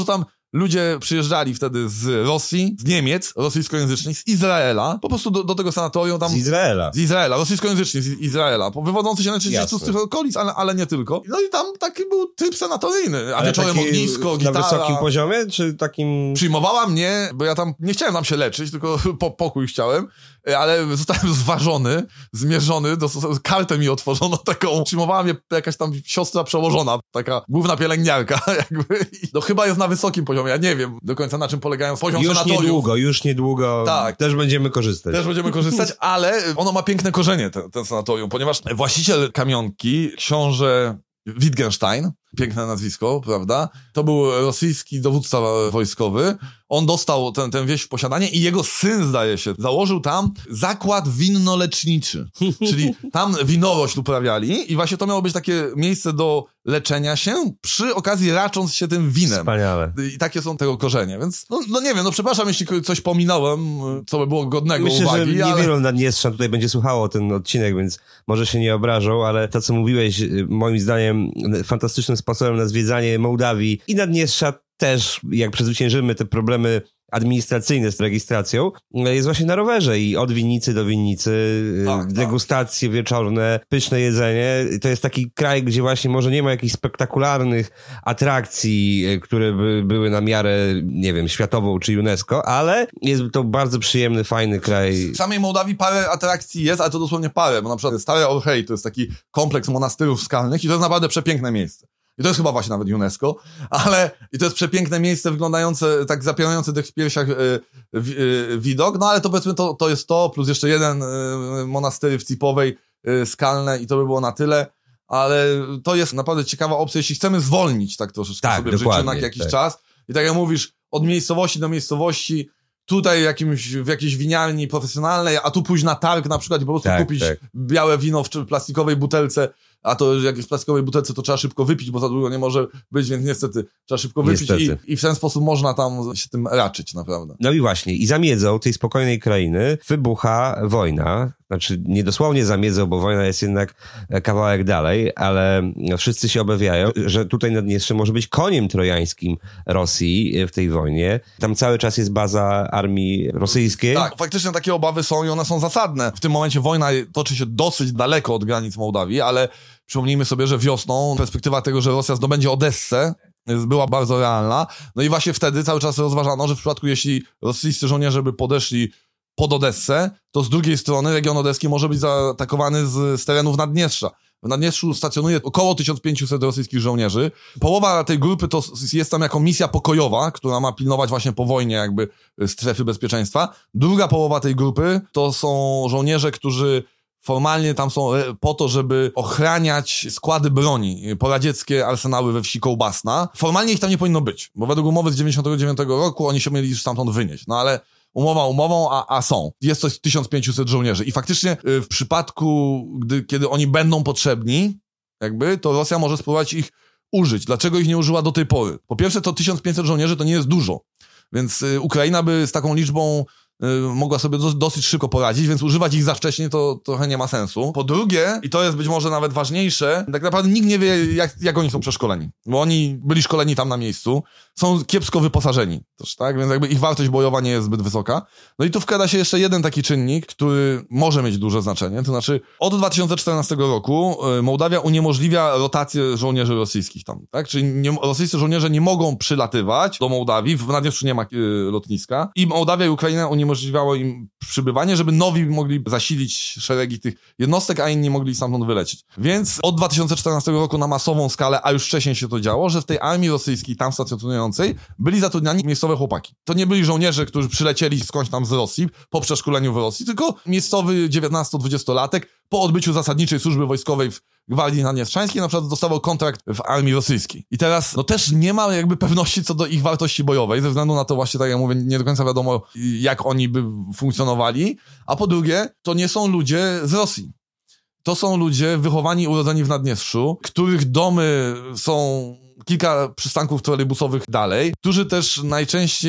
ludzie przyjeżdżali wtedy z Rosji, z Niemiec, rosyjskojęzycznych, z Izraela, po prostu do, do tego sanatorium tam... Z Izraela. Z Izraela, rosyjskojęzycznych z Izraela, wywodzący się najczęściej z tych okolic, ale, ale nie tylko. No i tam taki był tryb sanatoryjny, a ale wieczorem ognisko, gitara. Na wysokim poziomie, czy takim... Przyjmowała mnie, bo ja tam nie chciałem tam się leczyć, tylko po, pokój chciałem, ale zostałem zważony, zmierzony, do, kartę mi otworzono taką, przyjmowała mnie jakaś tam siostra przełożona, taka główna pielęgniarka, jakby. No chyba jest na wysokim poziomie, ja nie wiem do końca na czym polegają poziom już sanatoriów. Już niedługo, już niedługo tak. też będziemy korzystać. Też będziemy korzystać, ale ono ma piękne korzenie, ten, ten sanatorium, ponieważ właściciel kamionki, książę Wittgenstein, piękne nazwisko, prawda? To był rosyjski dowódca wojskowy. On dostał tę ten wieś w posiadanie i jego syn, zdaje się, założył tam zakład winno-leczniczy. Czyli tam winorośl uprawiali i właśnie to miało być takie miejsce do leczenia się, przy okazji racząc się tym winem. Wspaniale. I takie są tego korzenie, więc no, no nie wiem, no przepraszam, jeśli coś pominąłem, co by było godnego Myślę, uwagi. Myślę, że ale... niewielu Naddniestrzan tutaj będzie słuchało ten odcinek, więc może się nie obrażą, ale to, co mówiłeś, moim zdaniem fantastycznym sposobem na zwiedzanie Mołdawii i Naddniestrza też, jak przezwyciężymy te problemy administracyjne z rejestracją, jest właśnie na rowerze i od winnicy do winnicy, tak, degustacje tak. wieczorne, pyszne jedzenie. To jest taki kraj, gdzie właśnie może nie ma jakichś spektakularnych atrakcji, które by były na miarę, nie wiem, światową czy UNESCO, ale jest to bardzo przyjemny, fajny kraj. W samej Mołdawii parę atrakcji jest, ale to dosłownie parę, bo na przykład Stare Orchej to jest taki kompleks monastyrów skalnych i to jest naprawdę przepiękne miejsce. I to jest chyba właśnie nawet UNESCO, ale i to jest przepiękne miejsce wyglądające, tak zapierające tych w piersiach y, y, y, widok, no ale to powiedzmy to, to jest to, plus jeszcze jeden y, monastery w Cipowej y, skalne i to by było na tyle, ale to jest naprawdę ciekawa opcja, jeśli chcemy zwolnić tak troszeczkę tak, sobie w życiu na jakiś tak. czas i tak jak mówisz, od miejscowości do miejscowości, tutaj jakimś, w jakiejś winiarni profesjonalnej, a tu pójść na targ na przykład i po prostu tak, kupić tak. białe wino w plastikowej butelce, a to jak jest w plastikowej butelce, to trzeba szybko wypić, bo za długo nie może być, więc niestety trzeba szybko wypić i, i w ten sposób można tam się tym raczyć naprawdę. No i właśnie, i za miedzą tej spokojnej krainy wybucha wojna, znaczy nie dosłownie za miedzą, bo wojna jest jednak kawałek dalej, ale wszyscy się obawiają, że tutaj Naddniestrze może być koniem trojańskim Rosji w tej wojnie. Tam cały czas jest baza armii rosyjskiej. Tak, faktycznie takie obawy są i one są zasadne. W tym momencie wojna toczy się dosyć daleko od granic Mołdawii, ale przypomnijmy sobie, że wiosną perspektywa tego, że Rosja zdobędzie Odessę, była bardzo realna. No i właśnie wtedy cały czas rozważano, że w przypadku, jeśli rosyjscy żołnierze by podeszli pod Odessę, to z drugiej strony region odeski może być zaatakowany z, z terenów Naddniestrza. W Naddniestrzu stacjonuje około tysiąc pięćset rosyjskich żołnierzy. Połowa tej grupy to jest tam jako misja pokojowa, która ma pilnować właśnie po wojnie jakby strefy bezpieczeństwa. Druga połowa tej grupy to są żołnierze, którzy formalnie tam są po to, żeby ochraniać składy broni, poradzieckie arsenały we wsi Kołbasna. Formalnie ich tam nie powinno być, bo według umowy z dziewięćdziesiątego dziewiątego roku oni się mieli już stamtąd wynieść. No ale umowa umową, a, a są. Jest to tysiąc pięćset żołnierzy. I faktycznie w przypadku, gdy, kiedy oni będą potrzebni, jakby, to Rosja może spróbować ich użyć. Dlaczego ich nie użyła do tej pory? Po pierwsze, to tysiąc pięćset żołnierzy to nie jest dużo. Więc Ukraina by z taką liczbą mogła sobie dos- dosyć szybko poradzić, więc używać ich za wcześnie to trochę nie ma sensu. Po drugie, i to jest być może nawet ważniejsze, tak naprawdę nikt nie wie, jak, jak oni są przeszkoleni. Bo oni byli szkoleni tam na miejscu, są kiepsko wyposażeni też, tak? Więc jakby ich wartość bojowa nie jest zbyt wysoka. No i tu wkrada się jeszcze jeden taki czynnik, który może mieć duże znaczenie, to znaczy od dwa tysiące czternastego roku Mołdawia uniemożliwia rotację żołnierzy rosyjskich tam, tak? Czyli nie, rosyjscy żołnierze nie mogą przylatywać do Mołdawii, w Naddniestrzu nie ma y, lotniska i Mołdawia i Ukraina uniemożliwia umożliwiało im przybywanie, żeby nowi mogli zasilić szeregi tych jednostek, a inni mogli stamtąd wylecieć. Więc od dwa tysiące czternastego roku na masową skalę, a już wcześniej się to działo, że w tej armii rosyjskiej, tam stacjonującej, byli zatrudniani miejscowe chłopaki. To nie byli żołnierze, którzy przylecieli skądś tam z Rosji, po przeszkoleniu w Rosji, tylko miejscowy dziewiętnasto-dwudziestolatek po odbyciu zasadniczej służby wojskowej w Gwardii Naddniestrzańskiej na przykład dostawał kontrakt w armii rosyjskiej. I teraz, no też nie ma jakby pewności co do ich wartości bojowej, ze względu na to właśnie, tak jak mówię, nie do końca wiadomo, jak oni by funkcjonowali. A po drugie, to nie są ludzie z Rosji. To są ludzie wychowani i urodzeni w Naddniestrzu, których domy są kilka przystanków trolejbusowych dalej, którzy też najczęściej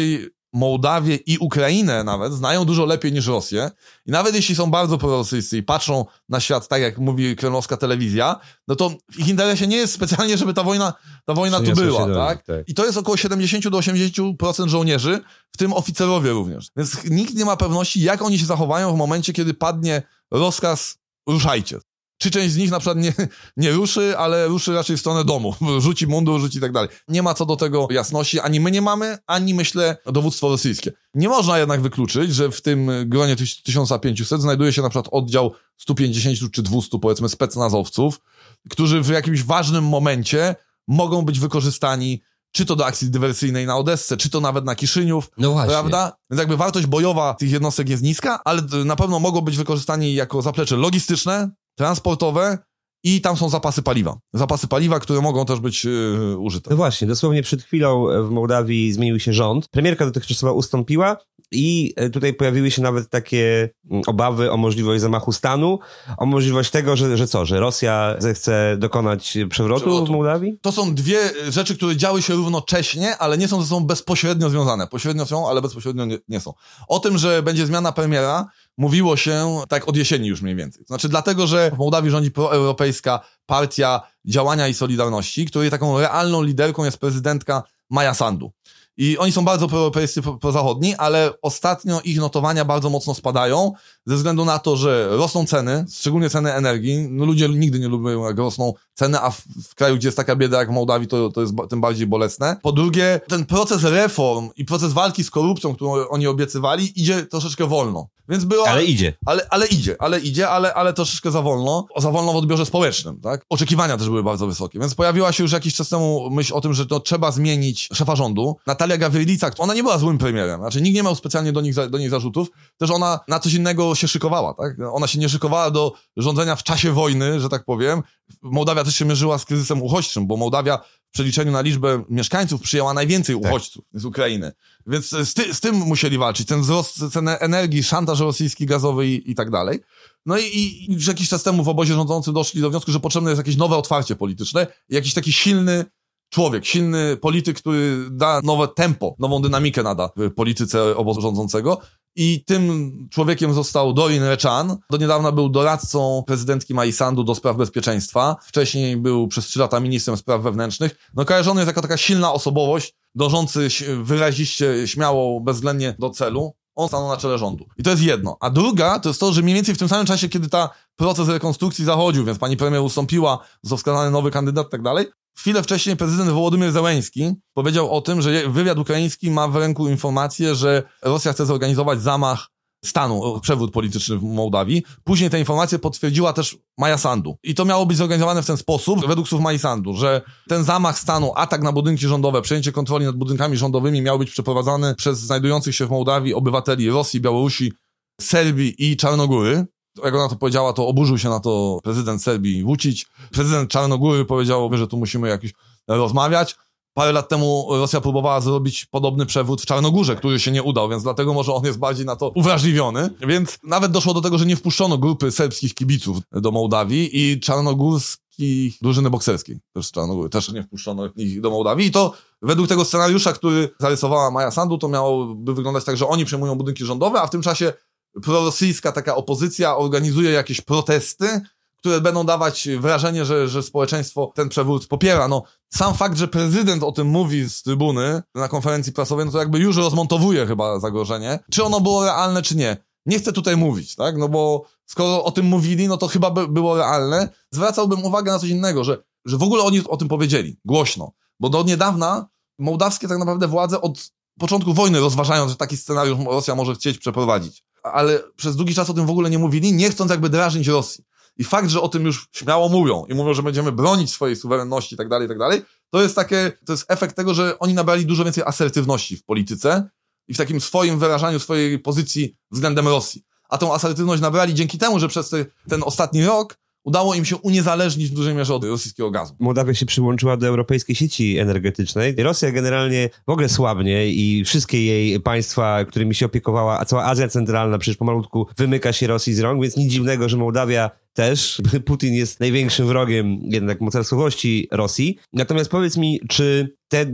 Mołdawię i Ukrainę nawet znają dużo lepiej niż Rosję i nawet jeśli są bardzo prorosyjscy i patrzą na świat tak, jak mówi kremlowska telewizja, no to w ich interesie nie jest specjalnie, żeby ta wojna, ta wojna tu była, tak? tak? I to jest około siedemdziesiąt do osiemdziesięciu procent żołnierzy, w tym oficerowie również. Więc nikt nie ma pewności, jak oni się zachowają w momencie, kiedy padnie rozkaz ruszajcie. Czy część z nich na przykład nie, nie ruszy, ale ruszy raczej w stronę domu. Rzuci mundur, rzuci i tak dalej. Nie ma co do tego jasności. Ani my nie mamy, ani myślę dowództwo rosyjskie. Nie można jednak wykluczyć, że w tym gronie tysiąc pięćset znajduje się na przykład oddział stu pięćdziesięciu czy dwustu, powiedzmy, specnazowców, którzy w jakimś ważnym momencie mogą być wykorzystani czy to do akcji dywersyjnej na Odessę, czy to nawet na Kiszyniów, no właśnie. Prawda? Więc jakby wartość bojowa tych jednostek jest niska, ale na pewno mogą być wykorzystani jako zaplecze logistyczne, transportowe i tam są zapasy paliwa. Zapasy paliwa, które mogą też być yy, użyte. No właśnie, dosłownie przed chwilą w Mołdawii zmienił się rząd. Premierka dotychczasowa ustąpiła i tutaj pojawiły się nawet takie obawy o możliwość zamachu stanu, o możliwość tego, że, że co, że Rosja zechce dokonać przewrotu, przewrotu w Mołdawii? To są dwie rzeczy, które działy się równocześnie, ale nie są ze sobą bezpośrednio związane. Pośrednio są, ale bezpośrednio nie, nie są. O tym, że będzie zmiana premiera, mówiło się tak od jesieni już mniej więcej. Znaczy dlatego, że w Mołdawii rządzi proeuropejska partia działania i solidarności, której taką realną liderką jest prezydentka Maja Sandu. I oni są bardzo proeuropejscy, prozachodni, ale ostatnio ich notowania bardzo mocno spadają ze względu na to, że rosną ceny, szczególnie ceny energii. No ludzie nigdy nie lubią, jak rosną ceny, a w, w kraju, gdzie jest taka bieda jak w Mołdawii, to, to jest tym bardziej bolesne. Po drugie, ten proces reform i proces walki z korupcją, którą oni obiecywali, idzie troszeczkę wolno. Więc było, ale idzie. Ale, ale idzie, ale idzie, ale, ale troszeczkę za wolno. Za wolno w odbiorze społecznym, tak? Oczekiwania też były bardzo wysokie. Więc pojawiła się już jakiś czas temu myśl o tym, że to trzeba zmienić szefa rządu. Natalia Gawrylica, ona nie była złym premierem. Znaczy nikt nie miał specjalnie do nich, do niej zarzutów. Też ona na coś innego się szykowała, tak? Ona się nie szykowała do rządzenia w czasie wojny, że tak powiem. Mołdawia też się mierzyła z kryzysem uchodźczym, bo Mołdawia w przeliczeniu na liczbę mieszkańców przyjęła najwięcej uchodźców tak. z Ukrainy. Więc z, ty, z tym musieli walczyć. Ten wzrost ceny energii, szantaż rosyjski, gazowy i, i tak dalej. No i, i już jakiś czas temu w obozie rządzącym doszli do wniosku, że potrzebne jest jakieś nowe otwarcie polityczne i jakiś taki silny człowiek, silny polityk, który da nowe tempo, nową dynamikę nada w polityce obozu rządzącego. I tym człowiekiem został Dorin Rechan. Do niedawna był doradcą prezydentki Mai Sandu do spraw bezpieczeństwa. Wcześniej był przez trzy lata ministrem spraw wewnętrznych. No kojarzony jest jako taka silna osobowość, dążący wyraziście, śmiało, bezwzględnie do celu. On stanął na czele rządu. I to jest jedno. A druga to jest to, że mniej więcej w tym samym czasie, kiedy ta proces rekonstrukcji zachodził, więc pani premier ustąpiła, został wskazany nowy kandydat i tak dalej, chwilę wcześniej prezydent Wołodymyr Zełenski powiedział o tym, że wywiad ukraiński ma w ręku informację, że Rosja chce zorganizować zamach stanu, przewrót polityczny w Mołdawii. Później te informacje potwierdziła też Maja Sandu. I to miało być zorganizowane w ten sposób, według słów Maji Sandu, że ten zamach stanu, atak na budynki rządowe, przejęcie kontroli nad budynkami rządowymi miał być przeprowadzany przez znajdujących się w Mołdawii obywateli Rosji, Białorusi, Serbii i Czarnogóry. Jak ona to powiedziała, to oburzył się na to prezydent Serbii Vučić. Prezydent Czarnogóry powiedział, że tu musimy jakiś rozmawiać. Parę lat temu Rosja próbowała zrobić podobny przewrót w Czarnogórze, który się nie udał, więc dlatego może on jest bardziej na to uwrażliwiony. Więc nawet doszło do tego, że nie wpuszczono grupy serbskich kibiców do Mołdawii i czarnogórskiej drużyny bokserskiej, też z Czarnogóry, też nie wpuszczono ich do Mołdawii. I to według tego scenariusza, który zarysowała Maja Sandu, to miałoby wyglądać tak, że oni przejmują budynki rządowe, a w tym czasie prorosyjska taka opozycja organizuje jakieś protesty, które będą dawać wrażenie, że, że społeczeństwo ten przewrót popiera. No, sam fakt, że prezydent o tym mówi z trybuny na konferencji prasowej, no to jakby już rozmontowuje chyba zagrożenie. Czy ono było realne, czy nie? Nie chcę tutaj mówić, tak? No bo skoro o tym mówili, no to chyba by było realne. Zwracałbym uwagę na coś innego, że, że w ogóle oni o tym powiedzieli, głośno. Bo do niedawna mołdawskie tak naprawdę władze od początku wojny rozważają, że taki scenariusz Rosja może chcieć przeprowadzić. Ale przez długi czas o tym w ogóle nie mówili, nie chcąc jakby drażnić Rosji. I fakt, że o tym już śmiało mówią i mówią, że będziemy bronić swojej suwerenności i tak dalej, i tak dalej, to jest takie, to jest efekt tego, że oni nabrali dużo więcej asertywności w polityce i w takim swoim wyrażaniu swojej pozycji względem Rosji. A tą asertywność nabrali dzięki temu, że przez te, ten ostatni rok udało im się uniezależnić w dużej mierze od rosyjskiego gazu. Mołdawia się przyłączyła do europejskiej sieci energetycznej. Rosja generalnie w ogóle słabnie i wszystkie jej państwa, którymi się opiekowała, a cała Azja Centralna przecież pomalutku wymyka się Rosji z rąk, więc nic dziwnego, że Mołdawia też. Putin jest największym wrogiem jednak mocarstwowości Rosji. Natomiast powiedz mi, czy te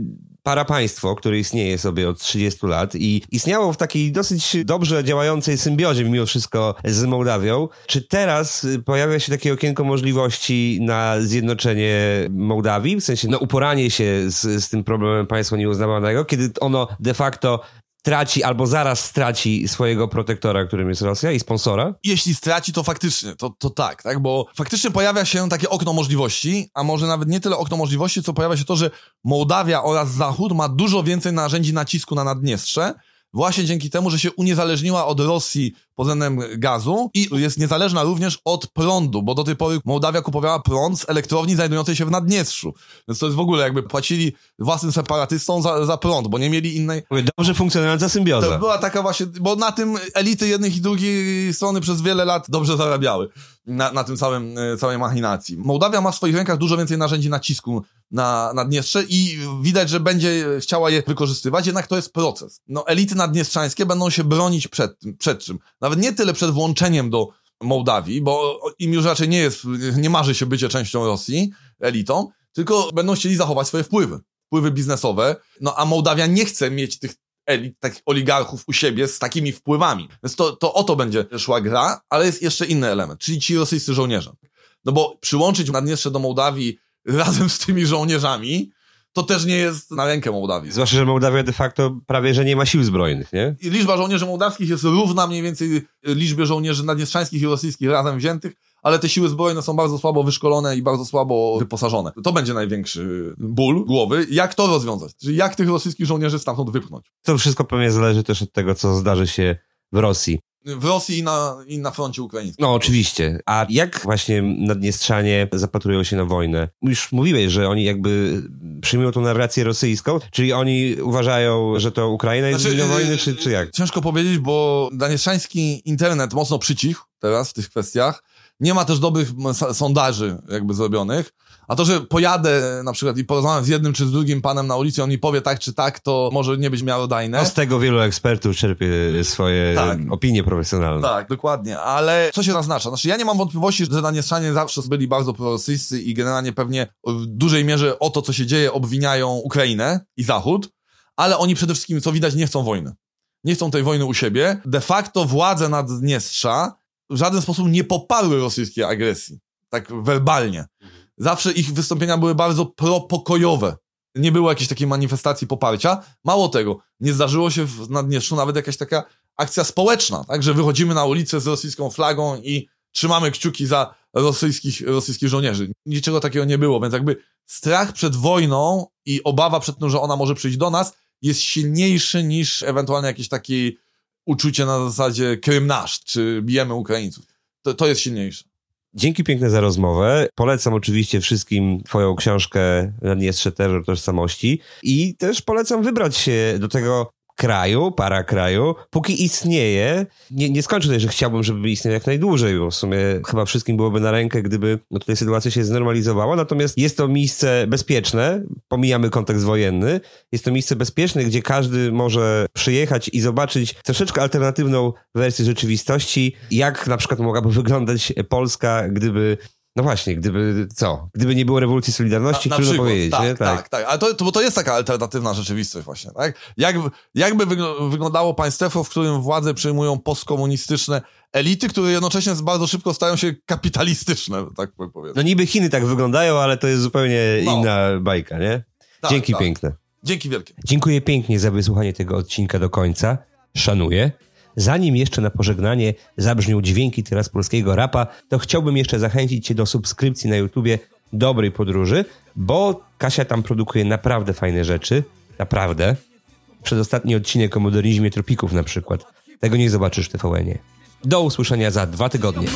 parapaństwo, które istnieje sobie od trzydziestu lat i istniało w takiej dosyć dobrze działającej symbiozie mimo wszystko z Mołdawią. Czy teraz pojawia się takie okienko możliwości na zjednoczenie Mołdawii? W sensie, no uporanie się z, z tym problemem państwa nieuznawanego, kiedy ono de facto traci albo zaraz straci swojego protektora, którym jest Rosja i sponsora? Jeśli straci, to faktycznie, to, to tak, tak, bo faktycznie pojawia się takie okno możliwości, a może nawet nie tyle okno możliwości, co pojawia się to, że Mołdawia oraz Zachód ma dużo więcej narzędzi nacisku na Naddniestrze, właśnie dzięki temu, że się uniezależniła od Rosji pod względem gazu i jest niezależna również od prądu, bo do tej pory Mołdawia kupowała prąd z elektrowni znajdującej się w Naddniestrzu. Więc to jest w ogóle jakby płacili własnym separatystom za, za prąd, bo nie mieli innej... Dobrze funkcjonująca symbioza. To była taka właśnie, bo na tym elity jednej i drugiej strony przez wiele lat dobrze zarabiały. Na, na tym całym, całej machinacji. Mołdawia ma w swoich rękach dużo więcej narzędzi nacisku na Naddniestrze i widać, że będzie chciała je wykorzystywać, jednak to jest proces. No, elity naddniestrzańskie będą się bronić przed tym, przed czym? Nawet nie tyle przed włączeniem do Mołdawii, bo im już raczej nie jest, nie marzy się bycie częścią Rosji, elitą, tylko będą chcieli zachować swoje wpływy, wpływy biznesowe, no a Mołdawia nie chce mieć tych elit, takich oligarchów u siebie z takimi wpływami. Więc to, to o to będzie szła gra, ale jest jeszcze inny element, czyli ci rosyjscy żołnierze. No bo przyłączyć Naddniestrze do Mołdawii razem z tymi żołnierzami, to też nie jest na rękę Mołdawii. Zwłaszcza, że Mołdawia de facto prawie, że nie ma sił zbrojnych, nie? I liczba żołnierzy mołdawskich jest równa mniej więcej liczbie żołnierzy naddniestrzańskich i rosyjskich razem wziętych, ale te siły zbrojne są bardzo słabo wyszkolone i bardzo słabo wyposażone. To będzie największy ból głowy. Jak to rozwiązać? Czyli jak tych rosyjskich żołnierzy stamtąd wypchnąć? To wszystko pewnie zależy też od tego, co zdarzy się w Rosji. W Rosji i na, i na froncie ukraińskim. No oczywiście. A jak właśnie Naddniestrzanie zapatrują się na wojnę? Już mówiłeś, że oni jakby przyjmują tą narrację rosyjską, czyli oni uważają, że to Ukraina jest znaczy, winą wojny, czy, czy jak? Ciężko powiedzieć, bo naddniestrzański internet mocno przycichł teraz w tych kwestiach. Nie ma też dobrych sondaży jakby zrobionych. A to, że pojadę na przykład i porozmawiam z jednym czy z drugim panem na ulicy, on mi powie tak czy tak, to może nie być miarodajne. No z tego wielu ekspertów czerpie swoje tak. opinie profesjonalne. Tak, dokładnie. Ale co się zaznacza? Znaczy ja nie mam wątpliwości, że Naddnietrzanie zawsze byli bardzo prorosyjscy i generalnie pewnie w dużej mierze o to, co się dzieje, obwiniają Ukrainę i Zachód, ale oni przede wszystkim, co widać, nie chcą wojny. Nie chcą tej wojny u siebie. De facto władze Naddniestrza w żaden sposób nie poparły rosyjskiej agresji. Tak werbalnie. Zawsze ich wystąpienia były bardzo propokojowe. Nie było jakiejś takiej manifestacji poparcia. Mało tego, nie zdarzyło się w Naddniestrzu nawet jakaś taka akcja społeczna, tak, że wychodzimy na ulicę z rosyjską flagą i trzymamy kciuki za rosyjskich, rosyjskich żołnierzy. Niczego takiego nie było, więc jakby strach przed wojną i obawa przed tym, że ona może przyjść do nas, jest silniejszy niż ewentualnie jakieś takie uczucie na zasadzie Krym nasz, czy bijemy Ukraińców. To, to jest silniejsze. Dzięki piękne za rozmowę. Polecam oczywiście wszystkim twoją książkę Naddniestrze, terror tożsamości i też polecam wybrać się do tego kraju, para kraju, póki istnieje. Nie, nie skończę tutaj, że chciałbym, żeby istniał jak najdłużej, bo w sumie chyba wszystkim byłoby na rękę, gdyby no tutaj sytuacja się znormalizowała, natomiast jest to miejsce bezpieczne, pomijamy kontekst wojenny, jest to miejsce bezpieczne, gdzie każdy może przyjechać i zobaczyć troszeczkę alternatywną wersję rzeczywistości, jak na przykład mogłaby wyglądać Polska, gdyby no właśnie, gdyby co? Gdyby nie było rewolucji Solidarności, na, na trudno przykład, powiedzieć, tak, nie? Tak, tak, tak. Ale to, to, bo to jest taka alternatywna rzeczywistość właśnie, tak? Jak, jakby wygl- wyglądało państwo, w którym władzę przejmują postkomunistyczne elity, które jednocześnie bardzo szybko stają się kapitalistyczne, tak powiem. No niby Chiny tak wyglądają, ale to jest zupełnie no. inna bajka, nie? Tak, Dzięki tak. piękne. Dzięki wielkie. Dziękuję pięknie za wysłuchanie tego odcinka do końca. Szanuję. Zanim jeszcze na pożegnanie zabrzmią dźwięki teraz polskiego rapa, to chciałbym jeszcze zachęcić cię do subskrypcji na YouTubie Dobrej Podróży, bo Kasia tam produkuje naprawdę fajne rzeczy. Naprawdę. Przedostatni odcinek o modernizmie tropików na przykład. Tego nie zobaczysz w T V N-ie. Do usłyszenia za dwa tygodnie.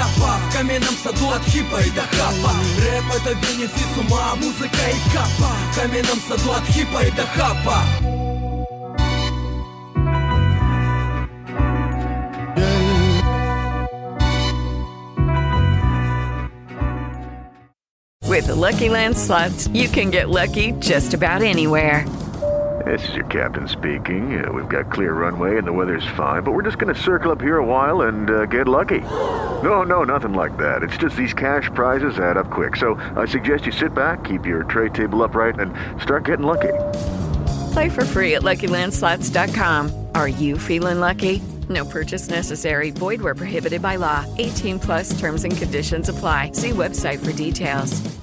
With the Lucky Land Slots, you can get lucky just about anywhere. This is your captain speaking. Uh, we've got clear runway and the weather's fine, but we're just going to circle up here a while and uh, get lucky. No, no, nothing like that. It's just these cash prizes add up quick. So I suggest you sit back, keep your tray table upright, and start getting lucky. Play for free at Lucky Land Slots dot com. Are you feeling lucky? No purchase necessary. Void where prohibited by law. eighteen plus terms and conditions apply. See website for details.